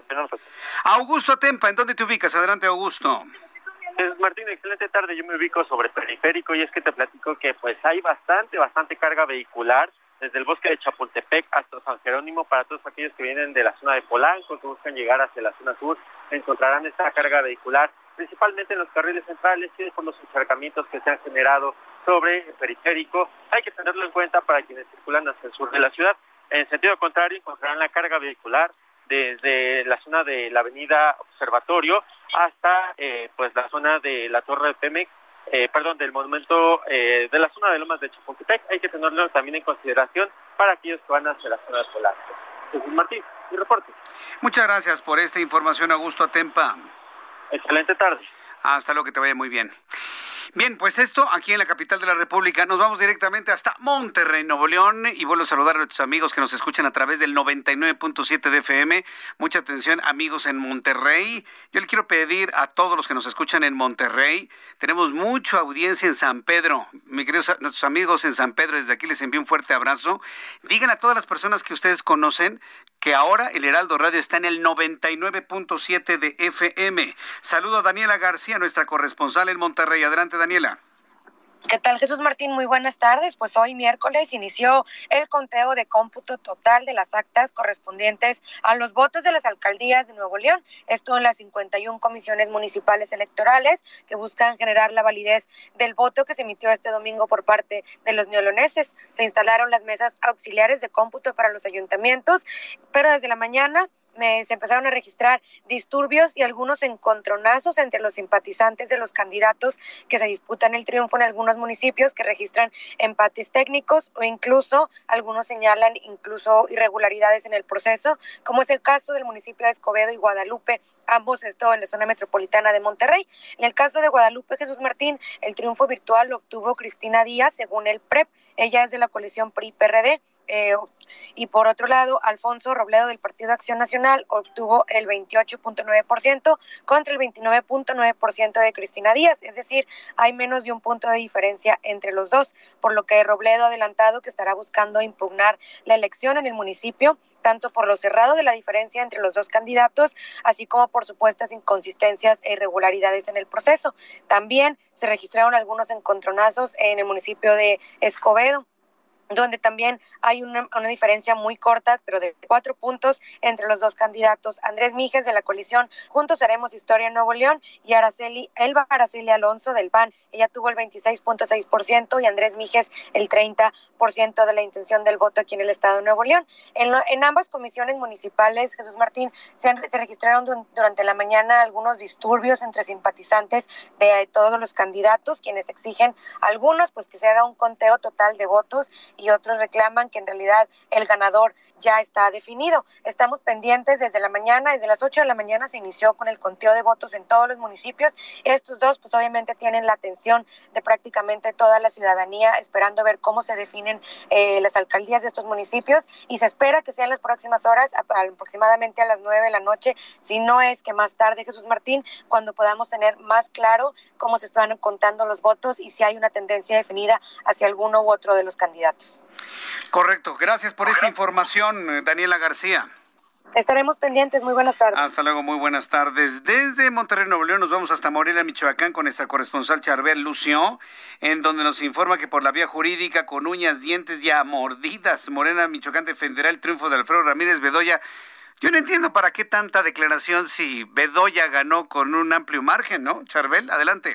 [SPEAKER 4] Augusto Atempa, ¿en dónde te ubicas? Adelante, Augusto.
[SPEAKER 11] Jesús Martín, excelente tarde. Yo me ubico sobre Periférico y es que te platico que pues hay bastante, bastante carga vehicular desde el bosque de Chapultepec hasta San Jerónimo. Para todos aquellos que vienen de la zona de Polanco, que buscan llegar hacia la zona sur, encontrarán esta carga vehicular, principalmente en los carriles centrales y por los encharcamientos que se han generado sobre el Periférico. Hay que tenerlo en cuenta para quienes circulan hacia el sur de la ciudad. En sentido contrario, encontrarán la carga vehicular desde la zona de la avenida Observatorio hasta eh, pues la zona de la Torre de Pemex, eh, perdón, del monumento eh, de la zona de Lomas de Chapultepec. Hay que tenerlo también en consideración para aquellos que van hacia la zona de Polanco. Jesús Martín, mi reporte.
[SPEAKER 4] Muchas gracias por esta información, Augusto Atempa.
[SPEAKER 11] Excelente tarde.
[SPEAKER 4] Hasta luego, que te vaya muy bien. Bien, pues esto aquí en la capital de la República. Nos vamos directamente hasta Monterrey, Nuevo León, y vuelvo a saludar a nuestros amigos que nos escuchan a través del noventa y nueve punto siete de F M. Mucha atención, amigos en Monterrey. Yo le quiero pedir a todos los que nos escuchan en Monterrey, tenemos mucha audiencia en San Pedro. Mis queridos nuestros amigos en San Pedro, desde aquí les envío un fuerte abrazo. Digan a todas las personas que ustedes conocen que ahora el Heraldo Radio está en el noventa y nueve punto siete de F M. Saludo a Daniela García, nuestra corresponsal en Monterrey. Adelante, Daniela.
[SPEAKER 15] ¿Qué tal, Jesús Martín? Muy buenas tardes. Pues hoy miércoles inició el conteo de cómputo total de las actas correspondientes a los votos de las alcaldías de Nuevo León. Esto en las cincuenta y una comisiones municipales electorales que buscan generar la validez del voto que se emitió este domingo por parte de los neoloneses. Se instalaron las mesas auxiliares de cómputo para los ayuntamientos, pero desde la mañana Me, se empezaron a registrar disturbios y algunos encontronazos entre los simpatizantes de los candidatos que se disputan el triunfo en algunos municipios, que registran empates técnicos o incluso algunos señalan incluso irregularidades en el proceso, como es el caso del municipio de Escobedo y Guadalupe, ambos esto en la zona metropolitana de Monterrey. En el caso de Guadalupe, Jesús Martín, el triunfo virtual lo obtuvo Cristina Díaz, según el P R E P, ella es de la coalición P R I P R D. Eh, y por otro lado, Alfonso Robledo del Partido Acción Nacional obtuvo el veintiocho punto nueve por ciento contra el veintinueve punto nueve por ciento de Cristina Díaz, es decir, hay menos de un punto de diferencia entre los dos, por lo que Robledo ha adelantado que estará buscando impugnar la elección en el municipio, tanto por lo cerrado de la diferencia entre los dos candidatos, así como por supuestas inconsistencias e irregularidades en el proceso. También se registraron algunos encontronazos en el municipio de Escobedo, donde también hay una, una diferencia muy corta, pero de cuatro puntos entre los dos candidatos. Andrés Mijes de la coalición Juntos Haremos Historia en Nuevo León y Araceli, Elba Araceli Alonso del P A N. Ella tuvo el veintiséis punto seis por ciento y Andrés Mijes el treinta por ciento de la intención del voto aquí en el estado de Nuevo León. En, lo, en ambas comisiones municipales, Jesús Martín, se, han, se registraron du- durante la mañana algunos disturbios entre simpatizantes de todos los candidatos, quienes exigen algunos pues que se haga un conteo total de votos y otros reclaman que en realidad el ganador ya está definido. Estamos pendientes desde la mañana, desde las ocho de la mañana se inició con el conteo de votos en todos los municipios. Estos dos pues obviamente tienen la atención de prácticamente toda la ciudadanía, esperando ver cómo se definen eh, las alcaldías de estos municipios, y se espera que sean las próximas horas, aproximadamente a las nueve de la noche, si no es que más tarde, Jesús Martín, cuando podamos tener más claro cómo se están contando los votos y si hay una tendencia definida hacia alguno u otro de los candidatos.
[SPEAKER 4] Correcto, gracias por esta información, Daniela García.
[SPEAKER 15] Estaremos pendientes, muy buenas tardes.
[SPEAKER 4] Hasta luego, muy buenas tardes. Desde Monterrey, Nuevo León, nos vamos hasta Morelia, Michoacán, con nuestra corresponsal Charbel Lucio, en donde nos informa que por la vía jurídica, con uñas, dientes y a mordidas, Morena, Michoacán defenderá el triunfo de Alfredo Ramírez Bedoya. Yo no entiendo para qué tanta declaración si Bedoya ganó con un amplio margen, ¿no? Charbel, adelante.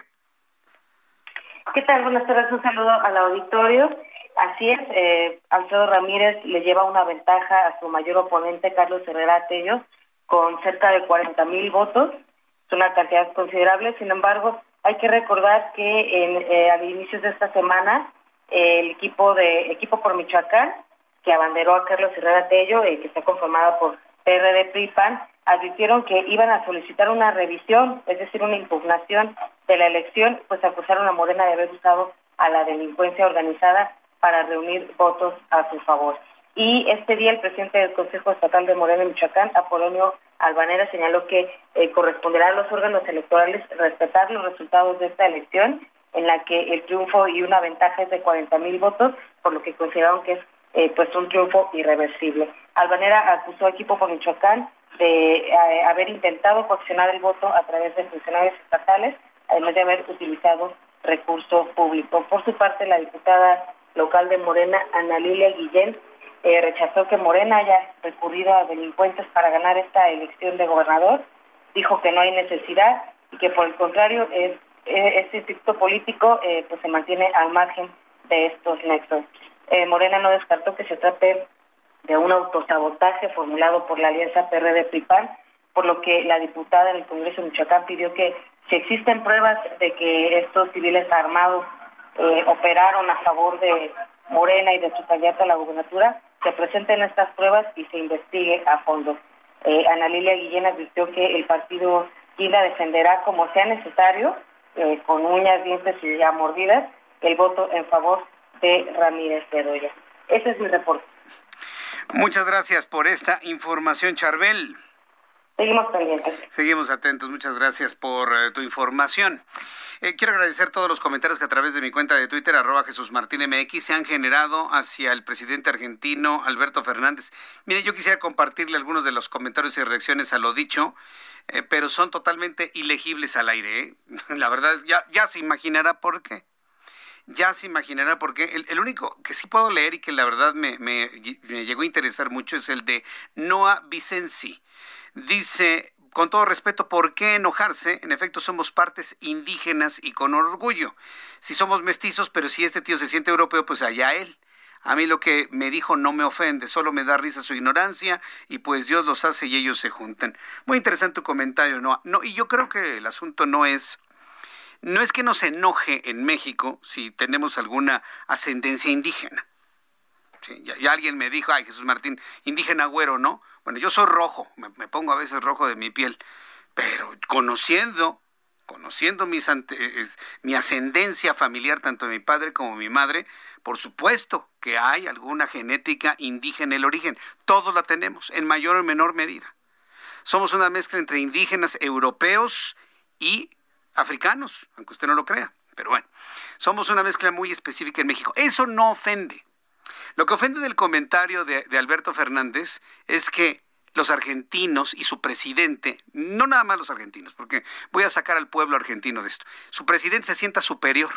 [SPEAKER 16] ¿Qué tal? Buenas tardes, un saludo al auditorio. Así es, eh, Alfredo Ramírez le lleva una ventaja a su mayor oponente, Carlos Herrera Tello, con cerca de cuarenta mil votos. Es una cantidad considerable. Sin embargo, hay que recordar que en, eh, al inicio de esta semana, eh, el equipo de equipo por Michoacán que abanderó a Carlos Herrera Tello, eh, que está conformada por P R D, P R I, P A N, advirtieron que iban a solicitar una revisión, es decir, una impugnación de la elección, pues acusaron a Morena de haber usado a la delincuencia organizada para reunir votos a su favor. Y este día el presidente del Consejo Estatal de Morena en Michoacán, Apolonio Albanera, señaló que eh, corresponderá a los órganos electorales respetar los resultados de esta elección, en la que el triunfo y una ventaja es de cuarenta mil votos, por lo que consideraron que es eh, pues un triunfo irreversible. Albanera acusó a Equipo por Michoacán de eh, haber intentado coaccionar el voto a través de funcionarios estatales, además de haber utilizado recurso público. Por su parte, la diputada local de Morena, Ana Lilia Guillén, eh, rechazó que Morena haya recurrido a delincuentes para ganar esta elección de gobernador, dijo que no hay necesidad y que por el contrario es, eh, este instituto político eh, pues se mantiene al margen de estos nexos. Eh, Morena no descartó que se trate de un autosabotaje formulado por la alianza P R D P R I P A N, por lo que la diputada en el Congreso de Michoacán pidió que si existen pruebas de que estos civiles armados eh, operaron a favor de Morena y de su candidata a la gubernatura, se presenten estas pruebas y se investigue a fondo. Eh, Ana Lilia Guillén advirtió que el partido Guinda defenderá como sea necesario, eh, con uñas, dientes y ya mordidas, el voto en favor de Ramírez Bedoya. Ese es mi reporte.
[SPEAKER 4] Muchas gracias por esta información, Charbel.
[SPEAKER 16] Seguimos pendientes.
[SPEAKER 4] Seguimos atentos. Muchas gracias por uh, tu información. Eh, quiero agradecer todos los comentarios que a través de mi cuenta de Twitter, arroba Jesús Martín M X, se han generado hacia el presidente argentino Alberto Fernández. Mire, yo quisiera compartirle algunos de los comentarios y reacciones a lo dicho, eh, pero son totalmente ilegibles al aire, ¿eh? La verdad, ya, ya se imaginará por qué. Ya se imaginará por qué. El, el único que sí puedo leer y que la verdad me, me, me llegó a interesar mucho es el de Noa Vicenzi. Dice, con todo respeto, ¿por qué enojarse? En efecto, somos partes indígenas y con orgullo. Si somos mestizos, pero si este tío se siente europeo, pues allá él. A mí lo que me dijo no me ofende, solo me da risa su ignorancia y pues Dios los hace y ellos se juntan. Muy interesante tu comentario, ¿no? No, y yo creo que el asunto no es... No es que nos enoje en México si tenemos alguna ascendencia indígena. Sí, ya, ya alguien me dijo, ay, Jesús Martín, indígena güero, ¿no? Bueno, yo soy rojo, me, me pongo a veces rojo de mi piel, pero conociendo, conociendo mis ante, es, mi ascendencia familiar, tanto de mi padre como de mi madre, por supuesto que hay alguna genética indígena en el origen. Todos la tenemos, en mayor o menor medida. Somos una mezcla entre indígenas europeos y africanos, aunque usted no lo crea, pero bueno, somos una mezcla muy específica en México. Eso no ofende. Lo que ofende del comentario de, de Alberto Fernández es que los argentinos y su presidente, no nada más los argentinos, porque voy a sacar al pueblo argentino de esto, su presidente se sienta superior.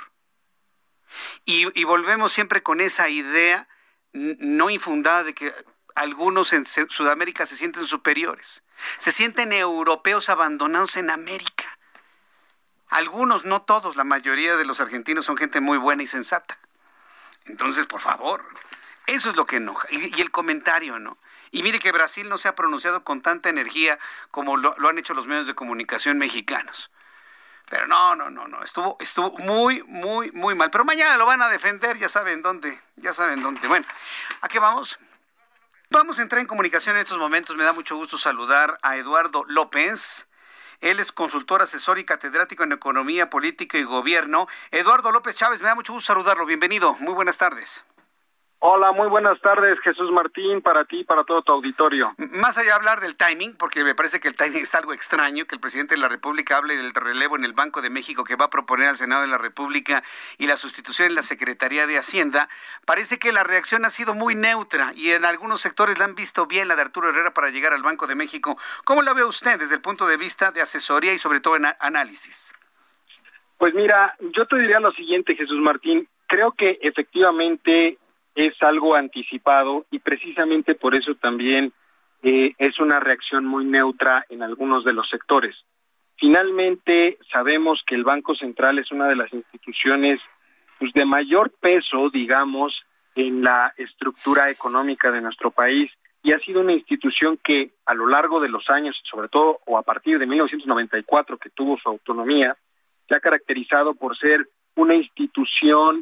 [SPEAKER 4] Y, y volvemos siempre con esa idea no infundada de que algunos en Sudamérica se sienten superiores. Se sienten europeos abandonados en América. Algunos, no todos, la mayoría de los argentinos son gente muy buena y sensata. Entonces, por favor, eso es lo que enoja. Y, y el comentario, ¿no? Y mire que Brasil no se ha pronunciado con tanta energía como lo, lo han hecho los medios de comunicación mexicanos. Pero no, no, no, no, estuvo, estuvo muy, muy, muy mal. Pero mañana lo van a defender, ya saben dónde, ya saben dónde. Bueno, ¿a qué vamos? Vamos a entrar en comunicación en estos momentos. Me da mucho gusto saludar a Eduardo López. Él es consultor, asesor y catedrático en Economía, Política y Gobierno. Eduardo López Chávez, me da mucho gusto saludarlo. Bienvenido. Muy buenas tardes.
[SPEAKER 17] Hola, muy buenas tardes, Jesús Martín, para ti y para todo tu auditorio.
[SPEAKER 4] Más allá de hablar del timing, porque me parece que el timing es algo extraño, que el presidente de la República hable del relevo en el Banco de México que va a proponer al Senado de la República y la sustitución en la Secretaría de Hacienda, parece que la reacción ha sido muy neutra y en algunos sectores la han visto bien, la de Arturo Herrera, para llegar al Banco de México. ¿Cómo la ve usted desde el punto de vista de asesoría y sobre todo en análisis?
[SPEAKER 17] Pues mira, yo te diría lo siguiente, Jesús Martín. Creo que efectivamente es algo anticipado y precisamente por eso también eh, es una reacción muy neutra en algunos de los sectores. Finalmente, sabemos que el Banco Central es una de las instituciones pues, de mayor peso, digamos, en la estructura económica de nuestro país y ha sido una institución que a lo largo de los años, sobre todo o a partir de mil novecientos noventa y cuatro que tuvo su autonomía, se ha caracterizado por ser una institución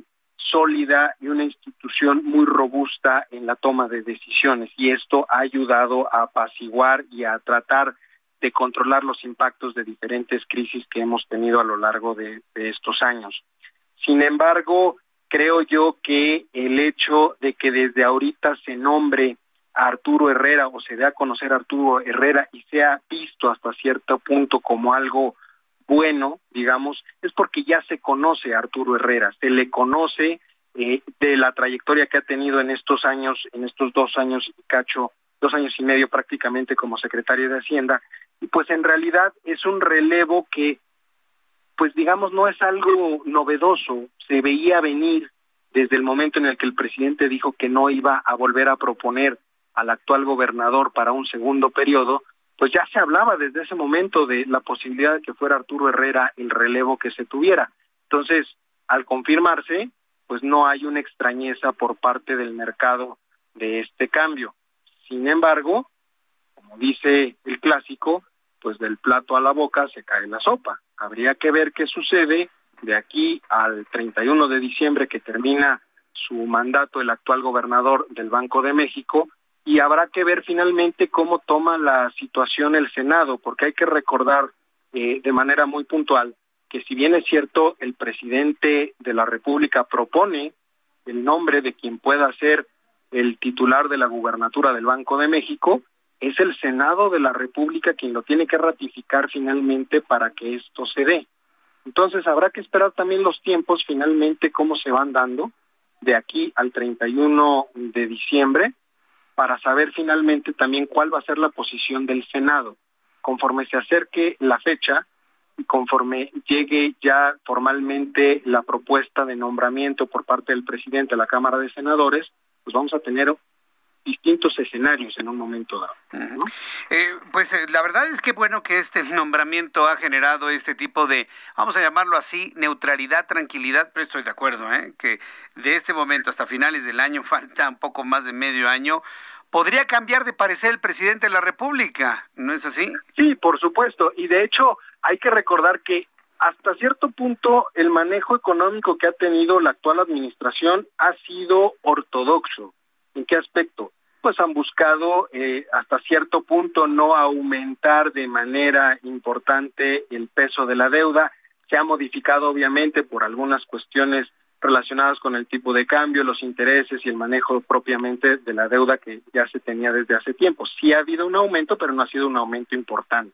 [SPEAKER 17] sólida y una institución muy robusta en la toma de decisiones, y esto ha ayudado a apaciguar y a tratar de controlar los impactos de diferentes crisis que hemos tenido a lo largo de, de estos años. Sin embargo, creo yo que el hecho de que desde ahorita se nombre a Arturo Herrera o se dé a conocer a Arturo Herrera y sea visto hasta cierto punto como algo bueno, digamos, es porque ya se conoce a Arturo Herrera, se le conoce eh, de la trayectoria que ha tenido en estos años, en estos dos años y cacho, dos años y medio prácticamente como secretario de Hacienda, y pues en realidad es un relevo que, pues digamos, no es algo novedoso, se veía venir desde el momento en el que el presidente dijo que no iba a volver a proponer al actual gobernador para un segundo periodo. Pues ya se hablaba desde ese momento de la posibilidad de que fuera Arturo Herrera el relevo que se tuviera. Entonces, al confirmarse, pues no hay una extrañeza por parte del mercado de este cambio. Sin embargo, como dice el clásico, pues del plato a la boca se cae la sopa. Habría que ver qué sucede de aquí al treinta y uno de diciembre, que termina su mandato el actual gobernador del Banco de México, y habrá que ver finalmente cómo toma la situación el Senado, porque hay que recordar eh, de manera muy puntual que si bien es cierto, el presidente de la República propone el nombre de quien pueda ser el titular de la gubernatura del Banco de México, es el Senado de la República quien lo tiene que ratificar finalmente para que esto se dé. Entonces habrá que esperar también los tiempos finalmente cómo se van dando de aquí al treinta y uno de diciembre, para saber finalmente también cuál va a ser la posición del Senado. Conforme se acerque la fecha y conforme llegue ya formalmente la propuesta de nombramiento por parte del presidente de la Cámara de Senadores, pues vamos a tener distintos escenarios en un momento dado, ¿no?
[SPEAKER 4] Eh, pues eh, la verdad es que bueno que este nombramiento ha generado este tipo de, vamos a llamarlo así, neutralidad, tranquilidad, pero estoy de acuerdo, ¿eh? que de este momento hasta finales del año, falta un poco más de medio año, podría cambiar de parecer el presidente de la República, ¿no es así?
[SPEAKER 17] Sí, por supuesto, y de hecho hay que recordar que hasta cierto punto el manejo económico que ha tenido la actual administración ha sido ortodoxo. ¿En qué aspecto? Pues han buscado eh, hasta cierto punto no aumentar de manera importante el peso de la deuda. Se ha modificado obviamente por algunas cuestiones relacionadas con el tipo de cambio, los intereses y el manejo propiamente de la deuda que ya se tenía desde hace tiempo. Sí ha habido un aumento, pero no ha sido un aumento importante.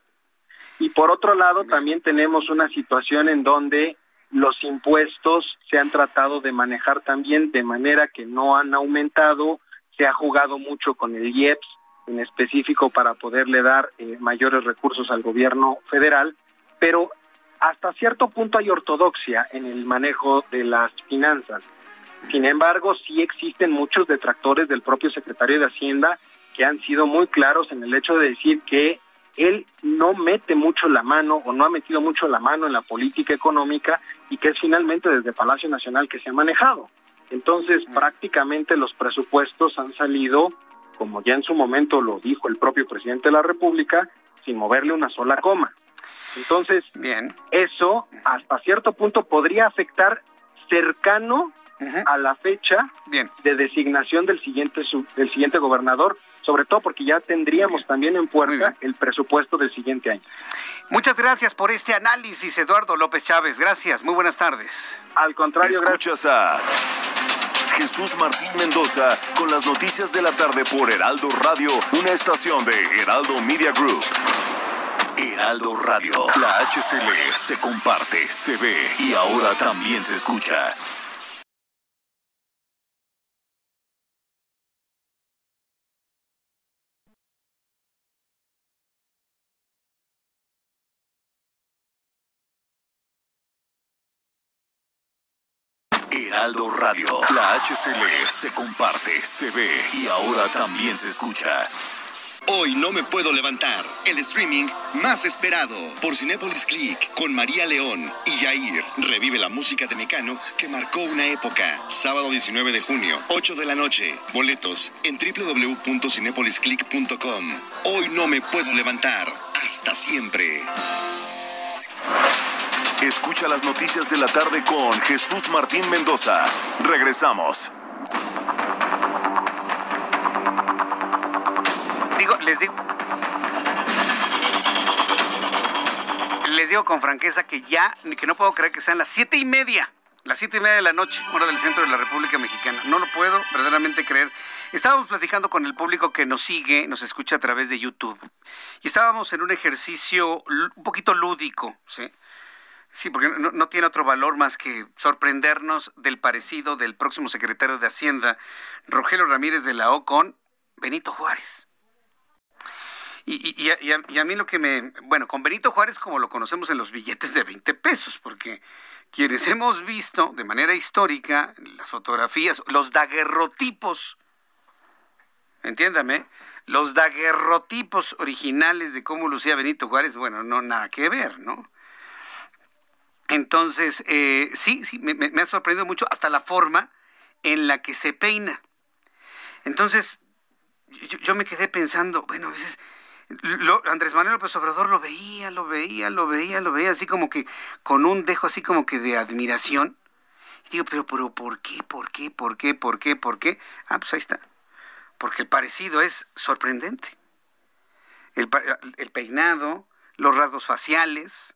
[SPEAKER 17] Y por otro lado, también tenemos una situación en donde los impuestos se han tratado de manejar también de manera que no han aumentado. Se ha jugado mucho con el I E P S en específico para poderle dar eh, mayores recursos al gobierno federal, pero hasta cierto punto hay ortodoxia en el manejo de las finanzas. Sin embargo, sí existen muchos detractores del propio secretario de Hacienda que han sido muy claros en el hecho de decir que él no mete mucho la mano o no ha metido mucho la mano en la política económica y que es finalmente desde Palacio Nacional que se ha manejado. Entonces, prácticamente los presupuestos han salido, como ya en su momento lo dijo el propio presidente de la República, sin moverle una sola coma. Entonces, bien, eso hasta cierto punto podría afectar cercano uh-huh. a la fecha bien. de designación del siguiente del siguiente gobernador, sobre todo porque ya tendríamos bien. también en puerta el presupuesto del siguiente año.
[SPEAKER 4] Muchas gracias por este análisis, Eduardo López Chávez. Gracias, muy buenas tardes.
[SPEAKER 17] Al contrario,
[SPEAKER 3] Escuchas
[SPEAKER 17] gracias.
[SPEAKER 3] a Jesús Martín Mendoza con las noticias de la tarde por Heraldo Radio, una estación de Heraldo Media Group. Heraldo Radio, la H C L se comparte, se ve y ahora también se escucha. Heraldo Radio, la H C L se comparte, se ve y ahora también se escucha.
[SPEAKER 18] Hoy no me puedo levantar. El streaming más esperado por Cinépolis Click con María León y Yair. Revive la música de Mecano que marcó una época. Sábado diecinueve de junio, ocho de la noche. Boletos en doble u doble u doble u punto cinépolis click punto com. Hoy no me puedo levantar. Hasta siempre.
[SPEAKER 3] Escucha las noticias de la tarde con Jesús Martín Mendoza. Regresamos.
[SPEAKER 4] Digo, les digo... Les digo con franqueza que ya, que no puedo creer que sean las siete y media, las siete y media de la noche, hora del centro de la República Mexicana. No lo puedo verdaderamente creer. Estábamos platicando con el público que nos sigue, nos escucha a través de YouTube. Y estábamos en un ejercicio un poquito lúdico, ¿sí? Sí, porque no, no tiene otro valor más que sorprendernos del parecido del próximo secretario de Hacienda, Rogelio Ramírez de la O, con Benito Juárez. Y, y, y, a, y a mí lo que me... Bueno, con Benito Juárez como lo conocemos en los billetes de veinte pesos, porque quienes hemos visto de manera histórica las fotografías, los daguerrotipos, entiéndame, los daguerrotipos originales de cómo lucía Benito Juárez, bueno, no nada que ver, ¿no? Entonces, eh, sí, sí, me, me ha sorprendido mucho hasta la forma en la que se peina. Entonces, yo, yo me quedé pensando, bueno, a veces... Lo, Andrés Manuel López Obrador lo veía, lo veía, lo veía, lo veía, así como que con un dejo así como que de admiración. Y digo, pero, pero, ¿por qué, por qué, por qué, por qué, por qué? Ah, pues ahí está. Porque el parecido es sorprendente. El, el peinado, los rasgos faciales.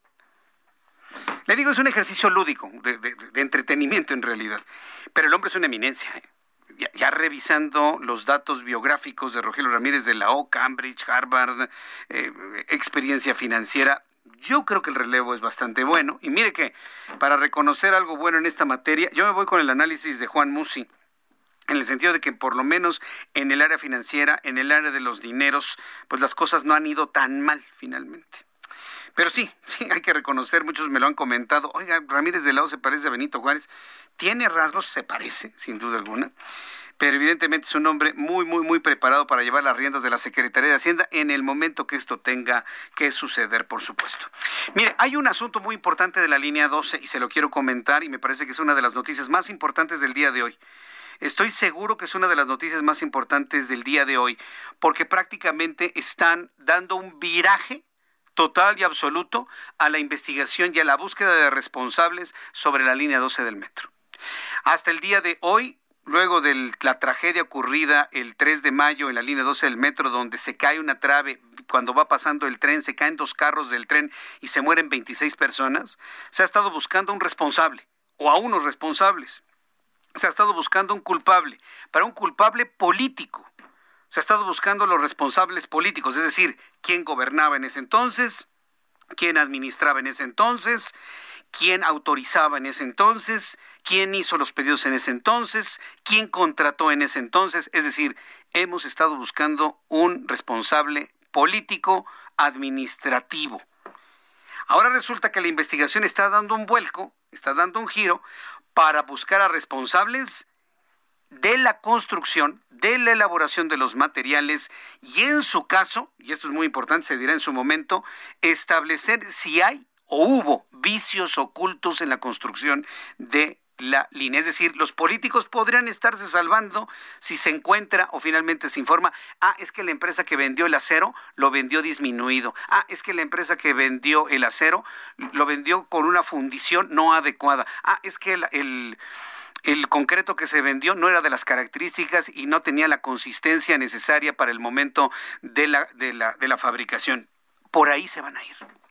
[SPEAKER 4] Le digo, es un ejercicio lúdico, de, de, de entretenimiento en realidad. Pero el hombre es una eminencia, ¿eh? Ya, ya revisando los datos biográficos de Rogelio Ramírez de la O, Cambridge, Harvard, eh, experiencia financiera, yo creo que el relevo es bastante bueno. Y mire que para reconocer algo bueno en esta materia, yo me voy con el análisis de Juan Musi, en el sentido de que por lo menos en el área financiera, en el área de los dineros, pues las cosas no han ido tan mal finalmente. Pero sí, sí, hay que reconocer, muchos me lo han comentado, oiga, Ramírez de la O se parece a Benito Juárez. Tiene rasgos, se parece, sin duda alguna, pero evidentemente es un hombre muy, muy, muy preparado para llevar las riendas de la Secretaría de Hacienda en el momento que esto tenga que suceder, por supuesto. Mire, hay un asunto muy importante de la línea doce y se lo quiero comentar y me parece que es una de las noticias más importantes del día de hoy. Estoy seguro que es una de las noticias más importantes del día de hoy porque prácticamente están dando un viraje total y absoluto a la investigación y a la búsqueda de responsables sobre la línea doce del metro. Hasta el día de hoy, luego de la tragedia ocurrida el tres de mayo en la línea doce del metro, donde se cae una trave, cuando va pasando el tren, se caen dos carros del tren y se mueren veintiséis personas, se ha estado buscando un responsable, o a unos responsables. Se ha estado buscando un culpable, para un culpable político. Se ha estado buscando los responsables políticos, es decir, quién gobernaba en ese entonces, quién administraba en ese entonces, quién autorizaba en ese entonces, quién hizo los pedidos en ese entonces, quién contrató en ese entonces. Es decir, hemos estado buscando un responsable político administrativo. Ahora resulta que la investigación está dando un vuelco, está dando un giro para buscar a responsables de la construcción, de la elaboración de los materiales y en su caso, y esto es muy importante, se dirá en su momento, establecer si hay o hubo vicios ocultos en la construcción de la línea. Es decir, los políticos podrían estarse salvando si se encuentra o finalmente se informa, ah, es que la empresa que vendió el acero lo vendió disminuido, ah, es que la empresa que vendió el acero lo vendió con una fundición no adecuada, ah, es que el... el El concreto que se vendió no era de las características y no tenía la consistencia necesaria para el momento de la, de la, de la fabricación. Por ahí se van a ir.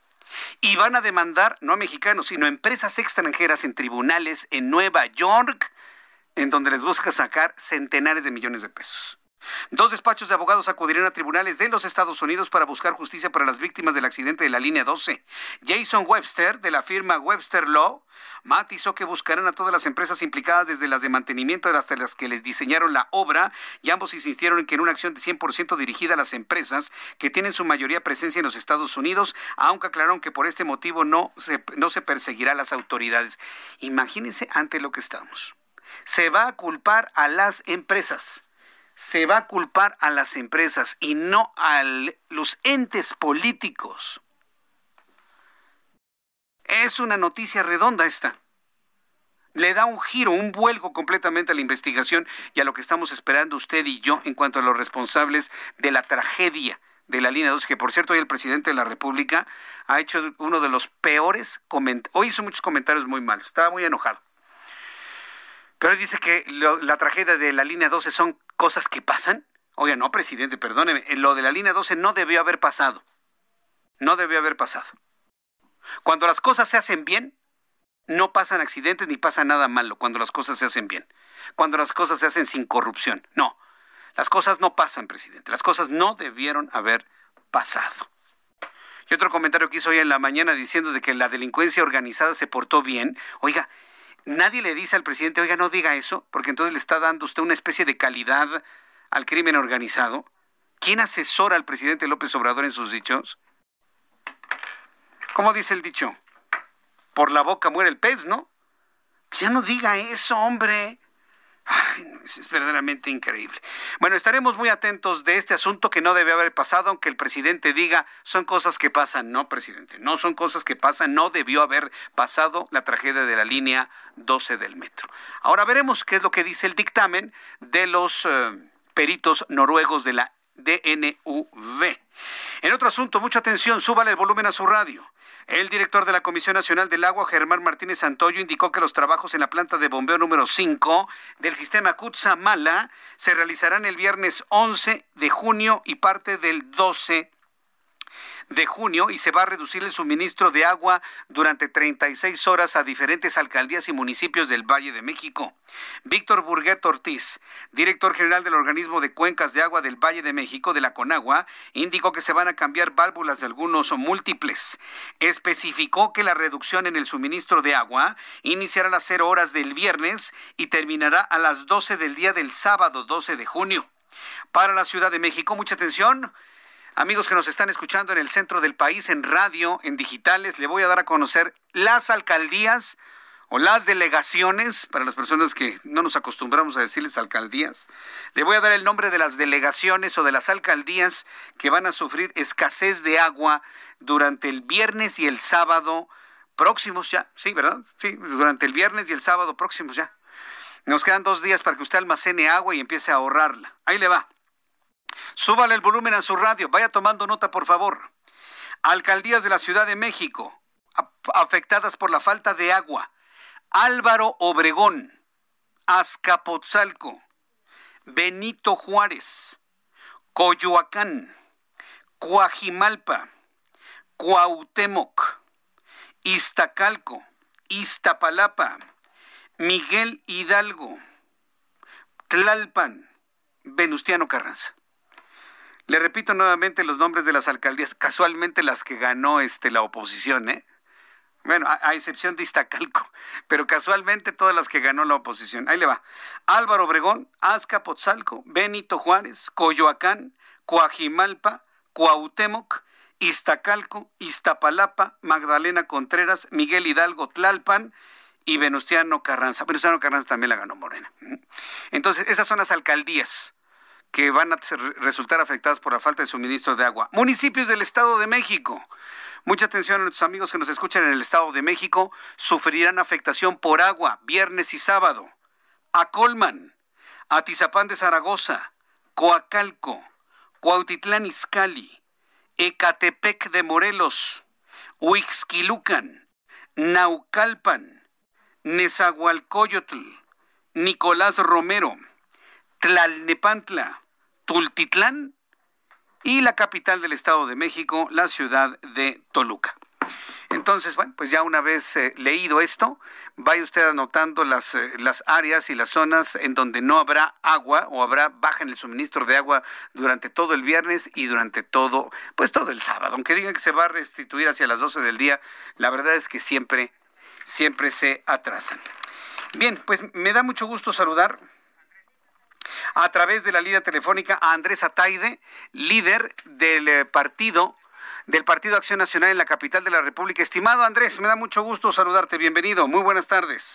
[SPEAKER 4] Y van a demandar, no a mexicanos, sino a empresas extranjeras en tribunales en Nueva York, en donde les busca sacar centenares de millones de pesos. Dos despachos de abogados acudirán a tribunales de los Estados Unidos para buscar justicia para las víctimas del accidente de la línea doce. Jason Webster, de la firma Webster Law, matizó que buscarán a todas las empresas implicadas, desde las de mantenimiento hasta las que les diseñaron la obra, y ambos insistieron en que en una acción de cien por ciento dirigida a las empresas que tienen su mayoría presencia en los Estados Unidos, aunque aclararon que por este motivo no se, no se perseguirá a las autoridades. Imagínense ante lo que estamos. Se va a culpar a las empresas. Se va a culpar a las empresas y no a los entes políticos. Es una noticia redonda esta. Le da un giro, un vuelco completamente a la investigación y a lo que estamos esperando usted y yo en cuanto a los responsables de la tragedia de la línea doce, que por cierto hoy el presidente de la República ha hecho uno de los peores comentarios, hoy hizo muchos comentarios muy malos, estaba muy enojado. Pero hoy dice que lo, la tragedia de la línea doce son cosas que pasan. Oiga, no, presidente, perdóneme, lo de la línea doce no debió haber pasado. No debió haber pasado. Cuando las cosas se hacen bien, no pasan accidentes ni pasa nada malo cuando las cosas se hacen bien. Cuando las cosas se hacen sin corrupción. No, las cosas no pasan, presidente. Las cosas no debieron haber pasado. Y otro comentario que hizo hoy en la mañana diciendo de que la delincuencia organizada se portó bien. Oiga, nadie le dice al presidente, oiga, no diga eso, porque entonces le está dando usted una especie de calidad al crimen organizado. ¿Quién asesora al presidente López Obrador en sus dichos? ¿Cómo dice el dicho? Por la boca muere el pez, ¿no? Ya no diga eso, hombre. Ay, es verdaderamente increíble. Bueno, estaremos muy atentos de este asunto que no debe haber pasado, aunque el presidente diga, son cosas que pasan. No, presidente, no son cosas que pasan, no debió haber pasado la tragedia de la línea doce del metro. Ahora veremos qué es lo que dice el dictamen de los uh, peritos noruegos de la D N U V. En otro asunto, mucha atención, súbale el volumen a su radio. El director de la Comisión Nacional del Agua, Germán Martínez Santoyo, indicó que los trabajos en la planta de bombeo número cinco del sistema Cutzamala se realizarán el viernes once de junio y parte del doce de junio y se va a reducir el suministro de agua durante treinta y seis horas a diferentes alcaldías y municipios del Valle de México. Víctor Burguet Ortiz, director general del Organismo de Cuencas de Agua del Valle de México, de la Conagua, indicó que se van a cambiar válvulas de algunos múltiples. Especificó que la reducción en el suministro de agua iniciará a las cero horas del viernes y terminará a las doce del día del sábado doce de junio. Para la Ciudad de México, mucha atención. Amigos que nos están escuchando en el centro del país, en radio, en digitales, le voy a dar a conocer las alcaldías o las delegaciones, para las personas que no nos acostumbramos a decirles alcaldías. Le voy a dar el nombre de las delegaciones o de las alcaldías que van a sufrir escasez de agua durante el viernes y el sábado próximos ya. Sí, ¿verdad? Sí, durante el viernes y el sábado próximos ya. Nos quedan dos días para que usted almacene agua y empiece a ahorrarla. Ahí le va. Súbale el volumen a su radio, vaya tomando nota, por favor. Alcaldías de la Ciudad de México afectadas por la falta de agua: Álvaro Obregón, Azcapotzalco, Benito Juárez, Coyoacán, Coajimalpa, Cuauhtémoc, Iztacalco, Iztapalapa, Miguel Hidalgo, Tlalpan, Venustiano Carranza. Le repito nuevamente los nombres de las alcaldías, casualmente las que ganó este la oposición, ¿eh? Bueno, a, a excepción de Iztacalco, pero casualmente todas las que ganó la oposición. Ahí le va. Álvaro Obregón, Azcapotzalco, Benito Juárez, Coyoacán, Coajimalpa, Cuauhtémoc, Iztacalco, Iztapalapa, Magdalena Contreras, Miguel Hidalgo, Tlalpan y Venustiano Carranza. Venustiano Carranza también la ganó Morena. Entonces, esas son las alcaldías que van a resultar afectadas por la falta de suministro de agua. Municipios del Estado de México. Mucha atención a nuestros amigos que nos escuchan en el Estado de México. Sufrirán afectación por agua viernes y sábado. Acolman, Atizapán de Zaragoza, Coacalco, Cuautitlán Izcalli, Ecatepec de Morelos, Huixquilucan, Naucalpan, Nezahualcóyotl, Nicolás Romero, Tlalnepantla, Tultitlán y la capital del Estado de México, la ciudad de Toluca. Entonces, bueno, pues ya una vez eh, leído esto, vaya usted anotando las, eh, las áreas y las zonas en donde no habrá agua o habrá baja en el suministro de agua durante todo el viernes y durante todo, pues todo el sábado. Aunque digan que se va a restituir hacia las doce del día, la verdad es que siempre, siempre se atrasan. Bien, pues me da mucho gusto saludar a través de la línea telefónica a Andrés Ataide, líder del eh, partido, del Partido Acción Nacional en la capital de la República. Estimado Andrés, me da mucho gusto saludarte, bienvenido, muy buenas tardes.
[SPEAKER 16] Hola,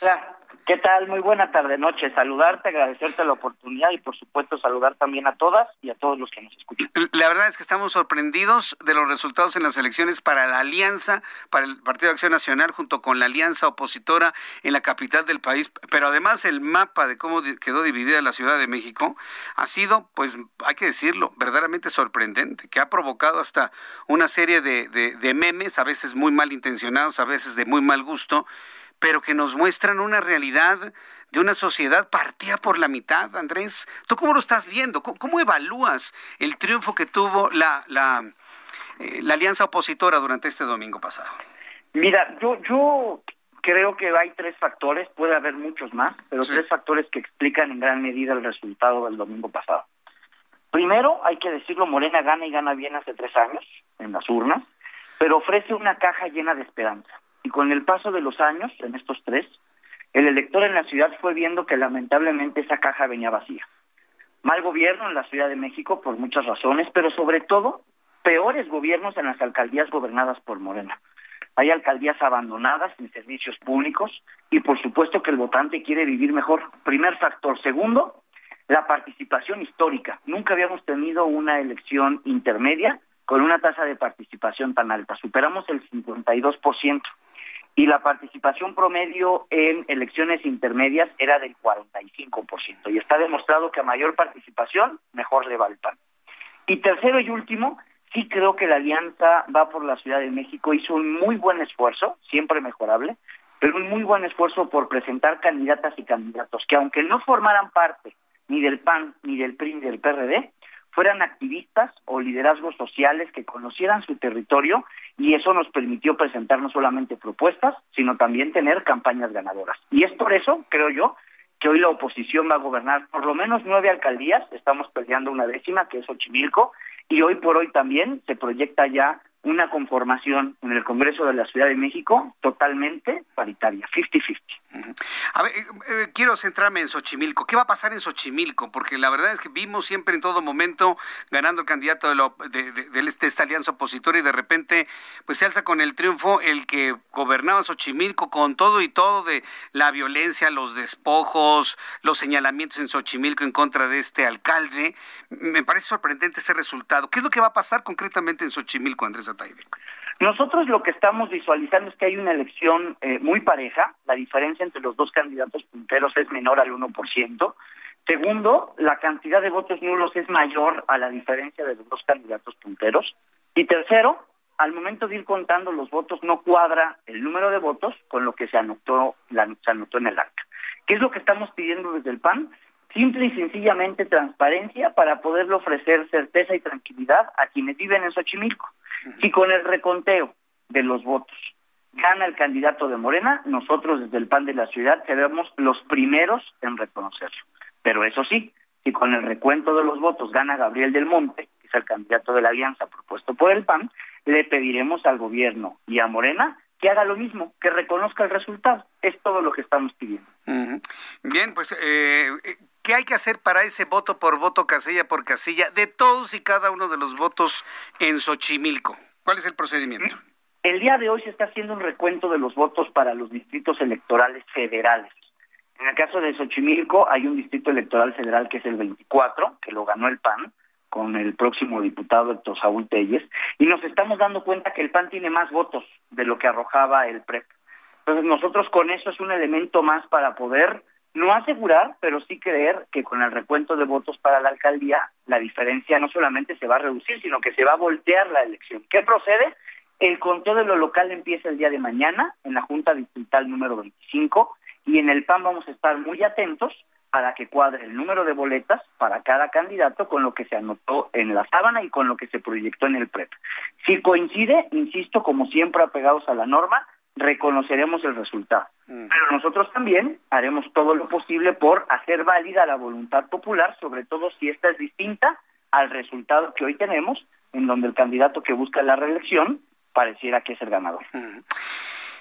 [SPEAKER 19] ¿Qué tal? Muy buena tarde, noche. Saludarte, agradecerte la oportunidad y por supuesto saludar también a todas y a todos los que nos escuchan.
[SPEAKER 4] La verdad es que estamos sorprendidos de los resultados en las elecciones para la Alianza, para el Partido de Acción Nacional, junto con la alianza opositora en la capital del país. Pero además el mapa de cómo quedó dividida la Ciudad de México ha sido, pues hay que decirlo, verdaderamente sorprendente, que ha provocado hasta una serie de, de, de memes, a veces muy malintencionados, a veces de muy mal gusto, pero que nos muestran una realidad de una sociedad partida por la mitad. Andrés, ¿tú cómo lo estás viendo? ¿Cómo, cómo evalúas el triunfo que tuvo la, la, eh, la alianza opositora durante este domingo pasado?
[SPEAKER 19] Mira, yo, yo creo que hay tres factores, puede haber muchos más, pero sí. tres factores que explican en gran medida el resultado del domingo pasado. Primero, hay que decirlo, Morena gana y gana bien hace tres años en las urnas, pero ofrece una caja llena de esperanza. Y con el paso de los años, en estos tres, el elector en la ciudad fue viendo que lamentablemente esa caja venía vacía. Mal gobierno en la Ciudad de México por muchas razones, pero sobre todo, peores gobiernos en las alcaldías gobernadas por Morena. Hay alcaldías abandonadas sin servicios públicos y por supuesto que el votante quiere vivir mejor. Primer factor. Segundo, la participación histórica. Nunca habíamos tenido una elección intermedia con una tasa de participación tan alta. Superamos el cincuenta y dos por ciento. Y la participación promedio en elecciones intermedias era del cuarenta y cinco por ciento. Y está demostrado que a mayor participación, mejor le va el P A N. Y tercero y último, sí creo que la Alianza Va por la Ciudad de México hizo un muy buen esfuerzo, siempre mejorable, pero un muy buen esfuerzo por presentar candidatas y candidatos que aunque no formaran parte ni del P A N, ni del P R I, ni del P R D, fueran activistas o liderazgos sociales que conocieran su territorio, y eso nos permitió presentar no solamente propuestas, sino también tener campañas ganadoras. Y es por eso, creo yo, que hoy la oposición va a gobernar por lo menos nueve alcaldías, estamos peleando una décima, que es Xochimilco, y hoy por hoy también se proyecta ya una conformación en el Congreso de la Ciudad de México totalmente paritaria, cincuenta cincuenta.
[SPEAKER 4] Uh-huh. A ver, eh, eh, quiero centrarme en Xochimilco. ¿Qué va a pasar en Xochimilco? Porque la verdad es que vimos siempre en todo momento ganando el candidato de, lo, de, de, de esta alianza opositora y de repente pues se alza con el triunfo el que gobernaba Xochimilco con todo y todo de la violencia, los despojos, los señalamientos en Xochimilco en contra de este alcalde. Me parece sorprendente ese resultado. ¿Qué es lo que va a pasar concretamente en Xochimilco, Andrés Ataide?
[SPEAKER 19] Nosotros lo que estamos visualizando es que hay una elección eh, muy pareja. La diferencia entre los dos candidatos punteros es menor al uno por ciento. Segundo, la cantidad de votos nulos es mayor a la diferencia de los dos candidatos punteros. Y tercero, al momento de ir contando los votos no cuadra el número de votos con lo que se anotó, la, se anotó en el acta. ¿Qué es lo que estamos pidiendo desde el P A N? Simple y sencillamente transparencia para poderle ofrecer certeza y tranquilidad a quienes viven en Xochimilco. Si con el reconteo de los votos gana el candidato de Morena, nosotros desde el P A N de la ciudad seremos los primeros en reconocerlo. Pero eso sí, si con el recuento de los votos gana Gabriel del Monte, que es el candidato de la alianza propuesto por el P A N, le pediremos al gobierno y a Morena que haga lo mismo, que reconozca el resultado. Es todo lo que estamos pidiendo.
[SPEAKER 4] Uh-huh. Bien, pues, eh, ¿qué hay que hacer para ese voto por voto, casilla por casilla, de todos y cada uno de los votos en Xochimilco? ¿Cuál es el procedimiento?
[SPEAKER 19] El día de hoy se está haciendo un recuento de los votos para los distritos electorales federales. En el caso de Xochimilco hay un distrito electoral federal que es el veinticuatro, que lo ganó el P A N, con el próximo diputado Héctor Saúl Telles, y nos estamos dando cuenta que el P A N tiene más votos de lo que arrojaba el P R E P. Entonces nosotros con eso es un elemento más para poder no asegurar, pero sí creer que con el recuento de votos para la alcaldía, la diferencia no solamente se va a reducir, sino que se va a voltear la elección. ¿Qué procede? El conteo de lo local empieza el día de mañana en la Junta Distrital número veinticinco, y en el P A N vamos a estar muy atentos para que cuadre el número de boletas para cada candidato con lo que se anotó en la sábana y con lo que se proyectó en el P R E P. Si coincide, insisto, como siempre apegados a la norma, reconoceremos el resultado. Mm. Pero nosotros también haremos todo lo posible por hacer válida la voluntad popular, sobre todo si esta es distinta al resultado que hoy tenemos, en donde el candidato que busca la reelección pareciera que es el ganador. Mm.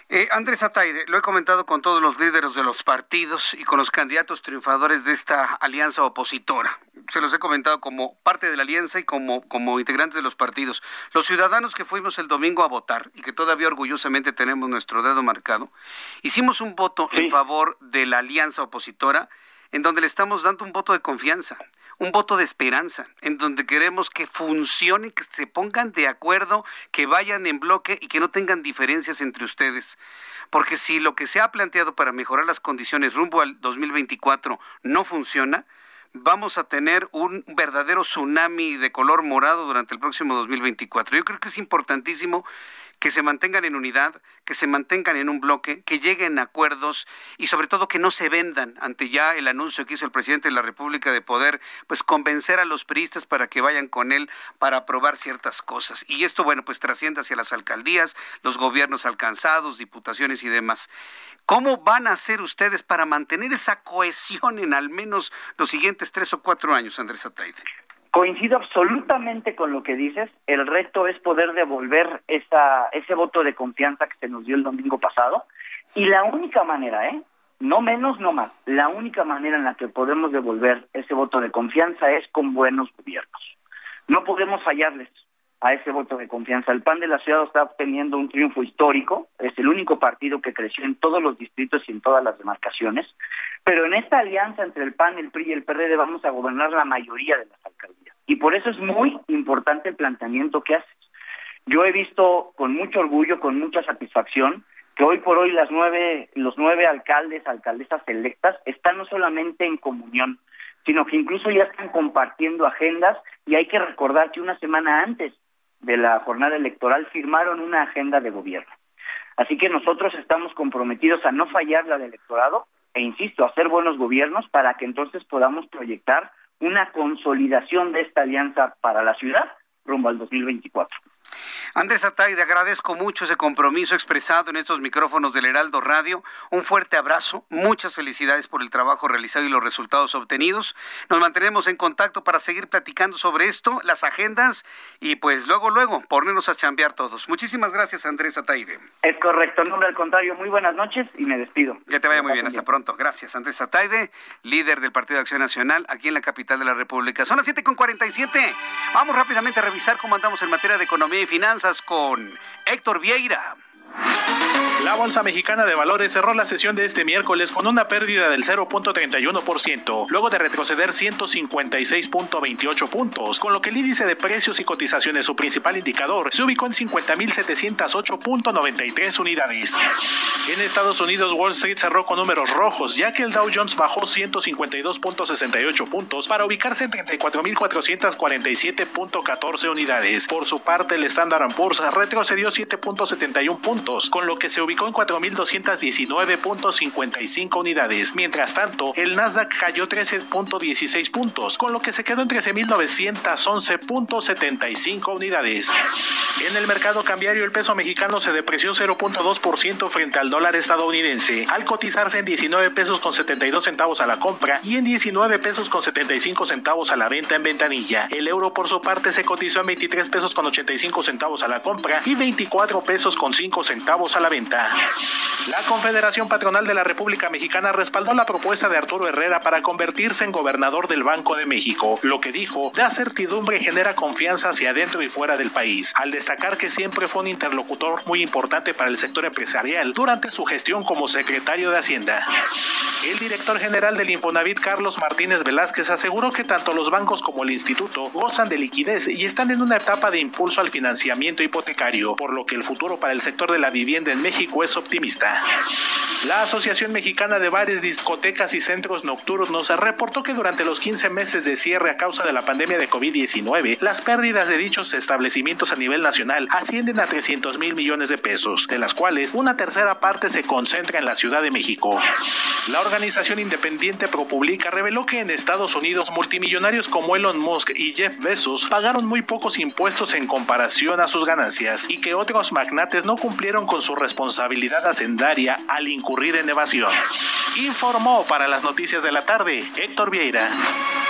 [SPEAKER 4] Eh, Andrés Ataide, lo he comentado con todos los líderes de los partidos y con los candidatos triunfadores de esta alianza opositora. Se los he comentado como parte de la alianza y como, como integrantes de los partidos. Los ciudadanos que fuimos el domingo a votar y que todavía orgullosamente tenemos nuestro dedo marcado, hicimos un voto sí. en favor de la alianza opositora, en donde le estamos dando un voto de confianza, un voto de esperanza, en donde queremos que funcione, que se pongan de acuerdo, que vayan en bloque y que no tengan diferencias entre ustedes. Porque si lo que se ha planteado para mejorar las condiciones rumbo al dos mil veinticuatro no funciona, vamos a tener un verdadero tsunami de color morado durante el próximo dos mil veinticuatro. Yo creo que es importantísimo que se mantengan en unidad, que se mantengan en un bloque, que lleguen a acuerdos y sobre todo que no se vendan ante ya el anuncio que hizo el presidente de la República de poder pues convencer a los priistas para que vayan con él para aprobar ciertas cosas. Y esto, bueno, pues trasciende hacia las alcaldías, los gobiernos alcanzados, diputaciones y demás. ¿Cómo van a hacer ustedes para mantener esa cohesión en al menos los siguientes tres o cuatro años, Andrés Ataide?
[SPEAKER 19] Coincido absolutamente con lo que dices. El reto es poder devolver esa, ese voto de confianza que se nos dio el domingo pasado. Y la única manera, ¿eh? no menos, no más, la única manera en la que podemos devolver ese voto de confianza es con buenos gobiernos. No podemos fallarles a ese voto de confianza. El P A N de la ciudad está obteniendo un triunfo histórico, es el único partido que creció en todos los distritos y en todas las demarcaciones, pero en esta alianza entre el P A N, el P R I y el P R D vamos a gobernar la mayoría de las alcaldías. Y por eso es muy importante el planteamiento que haces. Yo he visto con mucho orgullo, con mucha satisfacción, que hoy por hoy las nueve, los nueve alcaldes, alcaldesas electas están no solamente en comunión, sino que incluso ya están compartiendo agendas, y hay que recordar que una semana antes de la jornada electoral firmaron una agenda de gobierno. Así que nosotros estamos comprometidos a no fallar la del electorado e, insisto, a hacer buenos gobiernos para que entonces podamos proyectar una consolidación de esta alianza para la ciudad rumbo al dos mil veinticuatro.
[SPEAKER 4] Andrés Ataide, agradezco mucho ese compromiso expresado en estos micrófonos del Heraldo Radio. Un fuerte abrazo, muchas felicidades por el trabajo realizado y los resultados obtenidos. Nos mantenemos en contacto para seguir platicando sobre esto, las agendas y pues luego, luego, ponernos a chambear todos. Muchísimas gracias, Andrés Ataide.
[SPEAKER 19] Es correcto, no, al contrario, muy buenas noches y me despido.
[SPEAKER 4] Ya te vaya muy bien, hasta pronto. Gracias, Andrés Ataide, líder del Partido de Acción Nacional aquí en la capital de la República. Son las siete con cuarenta y siete. Vamos rápidamente a revisar cómo andamos en materia de economía y finanzas con Héctor Vieira.
[SPEAKER 20] La Bolsa Mexicana de Valores cerró la sesión de este miércoles con una pérdida del cero punto treinta y uno por ciento, luego de retroceder ciento cincuenta y seis punto veintiocho puntos, con lo que el índice de precios y cotizaciones, su principal indicador, se ubicó en cincuenta mil setecientos ocho punto noventa y tres unidades. En Estados Unidos, Wall Street cerró con números rojos, ya que el Dow Jones bajó ciento cincuenta y dos punto sesenta y ocho puntos para ubicarse en treinta y cuatro mil cuatrocientos cuarenta y siete punto catorce unidades. Por su parte, el Standard and Poor's retrocedió siete punto setenta y uno puntos, con lo que se ubicó en cuatro mil doscientos diecinueve punto cincuenta y cinco unidades. Mientras tanto, el Nasdaq cayó trece punto dieciséis puntos, con lo que se quedó en trece mil novecientos once punto setenta y cinco unidades. En el mercado cambiario, el peso mexicano se depreció cero punto dos por ciento frente al dólar estadounidense, al cotizarse en diecinueve pesos con setenta y dos centavos a la compra y en diecinueve pesos con setenta y cinco centavos a la venta en ventanilla. El euro, por su parte, se cotizó en veintitrés pesos con ochenta y cinco centavos a la compra y veinticuatro pesos con cinco centavos a la venta. La Confederación Patronal de la República Mexicana respaldó la propuesta de Arturo Herrera para convertirse en gobernador del Banco de México. Lo que dijo, da certidumbre y genera confianza hacia adentro y fuera del país, al destacar que siempre fue un interlocutor muy importante para el sector empresarial durante su gestión como secretario de Hacienda. El director general del Infonavit, Carlos Martínez Velázquez, aseguró que tanto los bancos como el instituto gozan de liquidez y están en una etapa de impulso al financiamiento hipotecario, por lo que el futuro para el sector de la vivienda en México es optimista. La Asociación Mexicana de Bares, Discotecas y Centros Nocturnos reportó que durante los quince meses de cierre a causa de la pandemia de COVID diecinueve, las pérdidas de dichos establecimientos a nivel nacional ascienden a trescientos mil millones de pesos, de las cuales una tercera parte se concentra en la Ciudad de México. La organización independiente ProPublica reveló que en Estados Unidos multimillonarios como Elon Musk y Jeff Bezos pagaron muy pocos impuestos en comparación a sus ganancias y que otros magnates no cumplieron con su responsabilidad hacendaria al incurrir en evasión. Informó para las noticias de la tarde Héctor Vieira.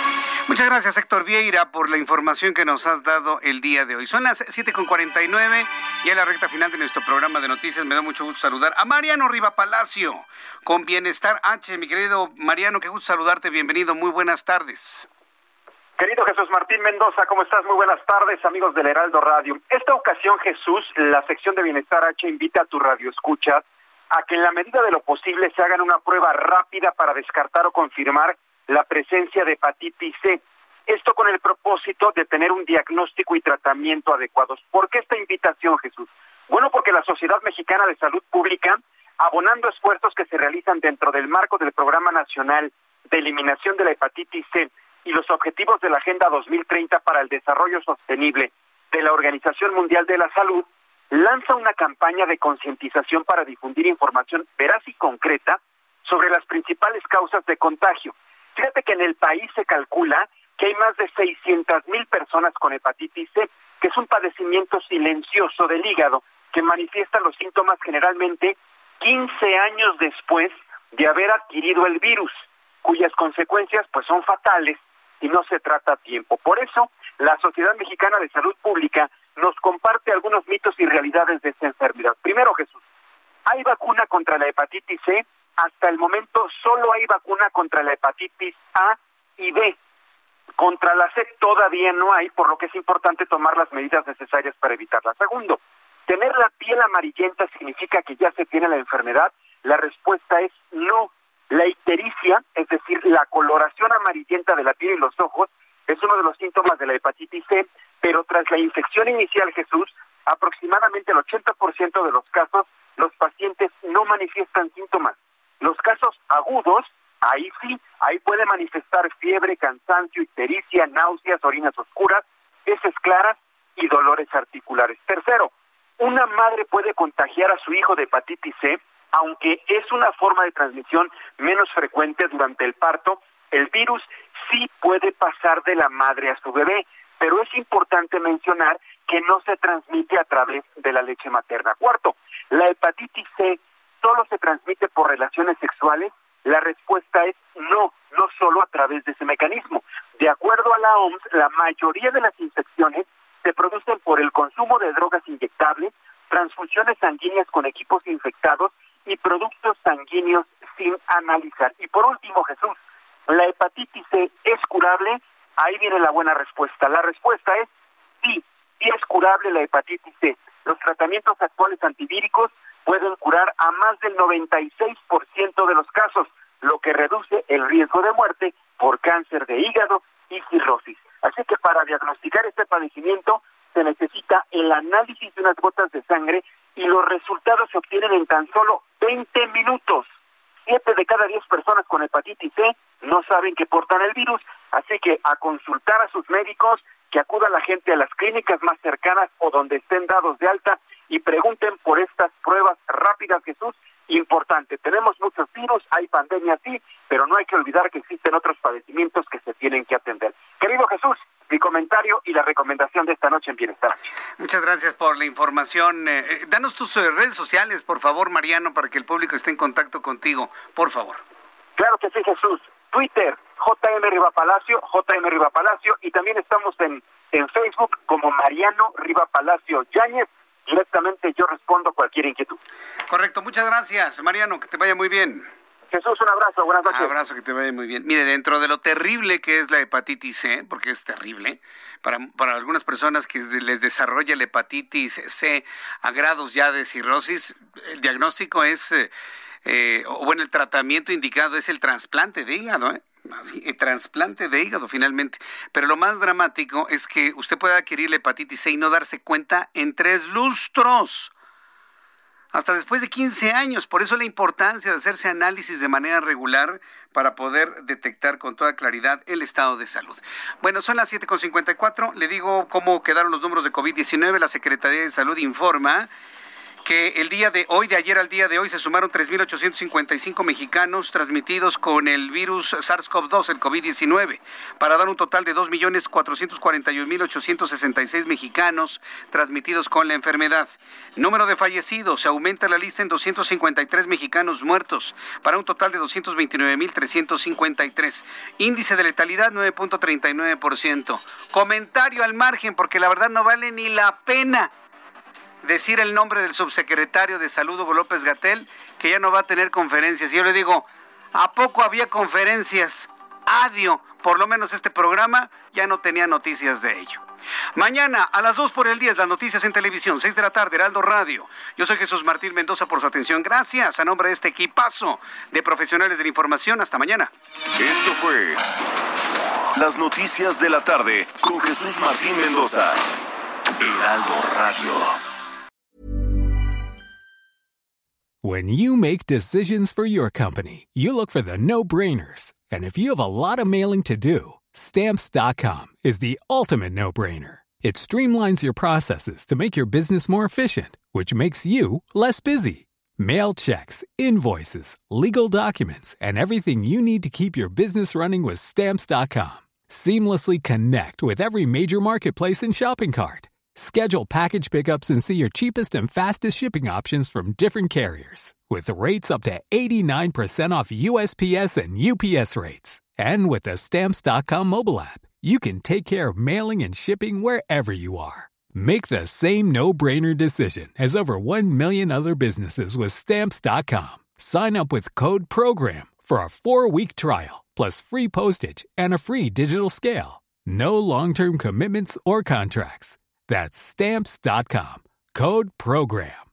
[SPEAKER 4] Muchas gracias, Héctor Vieira, por la información que nos has dado el día de hoy. Son las siete con cuarenta y nueve y a la recta final de nuestro programa de noticias. Me da mucho gusto saludar a Mariano Riva Palacio con Bienestar H. Mi querido Mariano, qué gusto saludarte. Bienvenido, muy buenas tardes.
[SPEAKER 21] Querido Jesús Martín Mendoza, ¿cómo estás? Muy buenas tardes, amigos del Heraldo Radio. Esta ocasión, Jesús, la sección de Bienestar H invita a tu radioescuchas a que en la medida de lo posible se hagan una prueba rápida para descartar o confirmar la presencia de hepatitis C. Esto con el propósito de tener un diagnóstico y tratamiento adecuados. ¿Por qué esta invitación, Jesús? Bueno, porque la Sociedad Mexicana de Salud Pública, abonando esfuerzos que se realizan dentro del marco del Programa Nacional de Eliminación de la Hepatitis C y los objetivos de la Agenda dos mil treinta para el Desarrollo Sostenible de la Organización Mundial de la Salud, lanza una campaña de concientización para difundir información veraz y concreta sobre las principales causas de contagio. Fíjate que en el país se calcula que hay más de seiscientas mil personas con hepatitis C, que es un padecimiento silencioso del hígado que manifiesta los síntomas generalmente quince años después de haber adquirido el virus, cuyas consecuencias pues son fatales y no se trata a tiempo. Por eso, la Sociedad Mexicana de Salud Pública nos comparte algunos mitos y realidades de esta enfermedad. Primero, Jesús, ¿hay vacuna contra la hepatitis C? Hasta el momento solo hay vacuna contra la hepatitis A y B. Contra la C todavía no hay, por lo que es importante tomar las medidas necesarias para evitarla. Segundo, ¿tener la piel amarillenta significa que ya se tiene la enfermedad? La respuesta es no. La ictericia, es decir, la coloración amarillenta de la piel y los ojos, es uno de los síntomas de la hepatitis C, pero tras la infección inicial, Jesús, aproximadamente el ochenta por ciento de los casos, los pacientes no manifiestan síntomas. Los casos agudos, ahí sí, ahí puede manifestar fiebre, cansancio, ictericia, náuseas, orinas oscuras, heces claras y dolores articulares. Tercero, una madre puede contagiar a su hijo de hepatitis C, aunque es una forma de transmisión menos frecuente durante el parto. El virus sí puede pasar de la madre a su bebé, pero es importante mencionar que no se transmite a través de la leche materna. Cuarto, la hepatitis C solo se transmite por relaciones sexuales. La respuesta es no, no solo a través de ese mecanismo. De acuerdo a la O M S, la mayoría de las infecciones se producen por el consumo de drogas inyectables, transfusiones sanguíneas con equipos infectados y productos sanguíneos sin analizar. Y por último, Jesús, ¿la hepatitis C es curable? Ahí viene la buena respuesta. La respuesta es sí, sí es curable la hepatitis C. Los tratamientos actuales antivíricos pueden curar a más del noventa y seis por ciento de los casos, lo que reduce el riesgo de muerte por cáncer de hígado y cirrosis. Así que para diagnosticar este padecimiento se necesita el análisis de unas gotas de sangre y los resultados se obtienen en tan solo veinte minutos. Siete de cada diez personas con hepatitis C no saben que portan el virus, así que a consultar a sus médicos, que acuda la gente a las clínicas más cercanas o donde estén dados de alta y pregunten por estas pruebas rápidas, Jesús. Importante, tenemos muchos virus, hay pandemia sí, pero no hay que olvidar que existen otros padecimientos que se tienen que atender. Querido Jesús, mi comentario y la recomendación de esta noche en Bienestar.
[SPEAKER 4] Muchas gracias por la información. Eh, danos tus eh, redes sociales, por favor, Mariano, para que el público esté en contacto contigo, por favor.
[SPEAKER 21] Claro que sí, Jesús. Twitter, J M Riva Palacio, J M Riva Palacio, y también estamos en, en Facebook como Mariano Riva Palacio Yáñez. Directamente yo respondo cualquier inquietud.
[SPEAKER 4] Correcto, muchas gracias, Mariano, que te vaya muy bien.
[SPEAKER 21] Jesús, un abrazo, buenas noches.
[SPEAKER 4] Un abrazo, que te vaya muy bien. Mire, dentro de lo terrible que es la hepatitis C, porque es terrible, para, para algunas personas que les desarrolla la hepatitis C a grados ya de cirrosis, el diagnóstico es, eh, eh, o bueno, el tratamiento indicado es el trasplante de hígado, ¿eh? Así, el trasplante de hígado finalmente. Pero lo más dramático es que usted puede adquirir la hepatitis C y no darse cuenta en tres lustros. Hasta después de quince años. Por eso la importancia de hacerse análisis de manera regular para poder detectar con toda claridad el estado de salud. Bueno, son las siete con cincuenta y cuatro. Le digo cómo quedaron los números de COVID diecinueve. La Secretaría de Salud informa que el día de hoy, de ayer al día de hoy, se sumaron tres mil ochocientos cincuenta y cinco mexicanos transmitidos con el virus SARS-CoV dos, el COVID diecinueve, para dar un total de dos millones cuatrocientos cuarenta y un mil ochocientos sesenta y seis mexicanos transmitidos con la enfermedad. Número de fallecidos, se aumenta la lista en doscientos cincuenta y tres mexicanos muertos, para un total de doscientos veintinueve mil trescientos cincuenta y tres. Índice de letalidad nueve punto treinta y nueve por ciento. Comentario al margen, porque la verdad no vale ni la pena decir el nombre del subsecretario de Salud, Hugo López-Gatell, que ya no va a tener conferencias. Y yo le digo, ¿a poco había conferencias? Adiós, por lo menos este programa ya no tenía noticias de ello. Mañana a las dos por el diez, las noticias en televisión, seis de la tarde, Heraldo Radio. Yo soy Jesús Martín Mendoza por su atención. Gracias a nombre de este equipazo de profesionales de la información. Hasta mañana.
[SPEAKER 3] Esto fue Las Noticias de la Tarde con Jesús Martín Mendoza. Heraldo Radio.
[SPEAKER 1] When you make decisions for your company, you look for the no-brainers. And if you have a lot of mailing to do, Stamps dot com is the ultimate no-brainer. It streamlines your processes to make your business more efficient, which makes you less busy. Mail checks, invoices, legal documents, and everything you need to keep your business running with Stamps dot com. Seamlessly connect with every major marketplace and shopping cart. Schedule package pickups and see your cheapest and fastest shipping options from different carriers, with rates up to eighty-nine percent off U S P S and U P S rates. And with the Stamps dot com mobile app, you can take care of mailing and shipping wherever you are. Make the same no-brainer decision as over one million other businesses with Stamps dot com. Sign up with code PROGRAM for a four-week trial, plus free postage and a free digital scale. No long-term commitments or contracts. That's Stamps dot com. Code PROGRAM.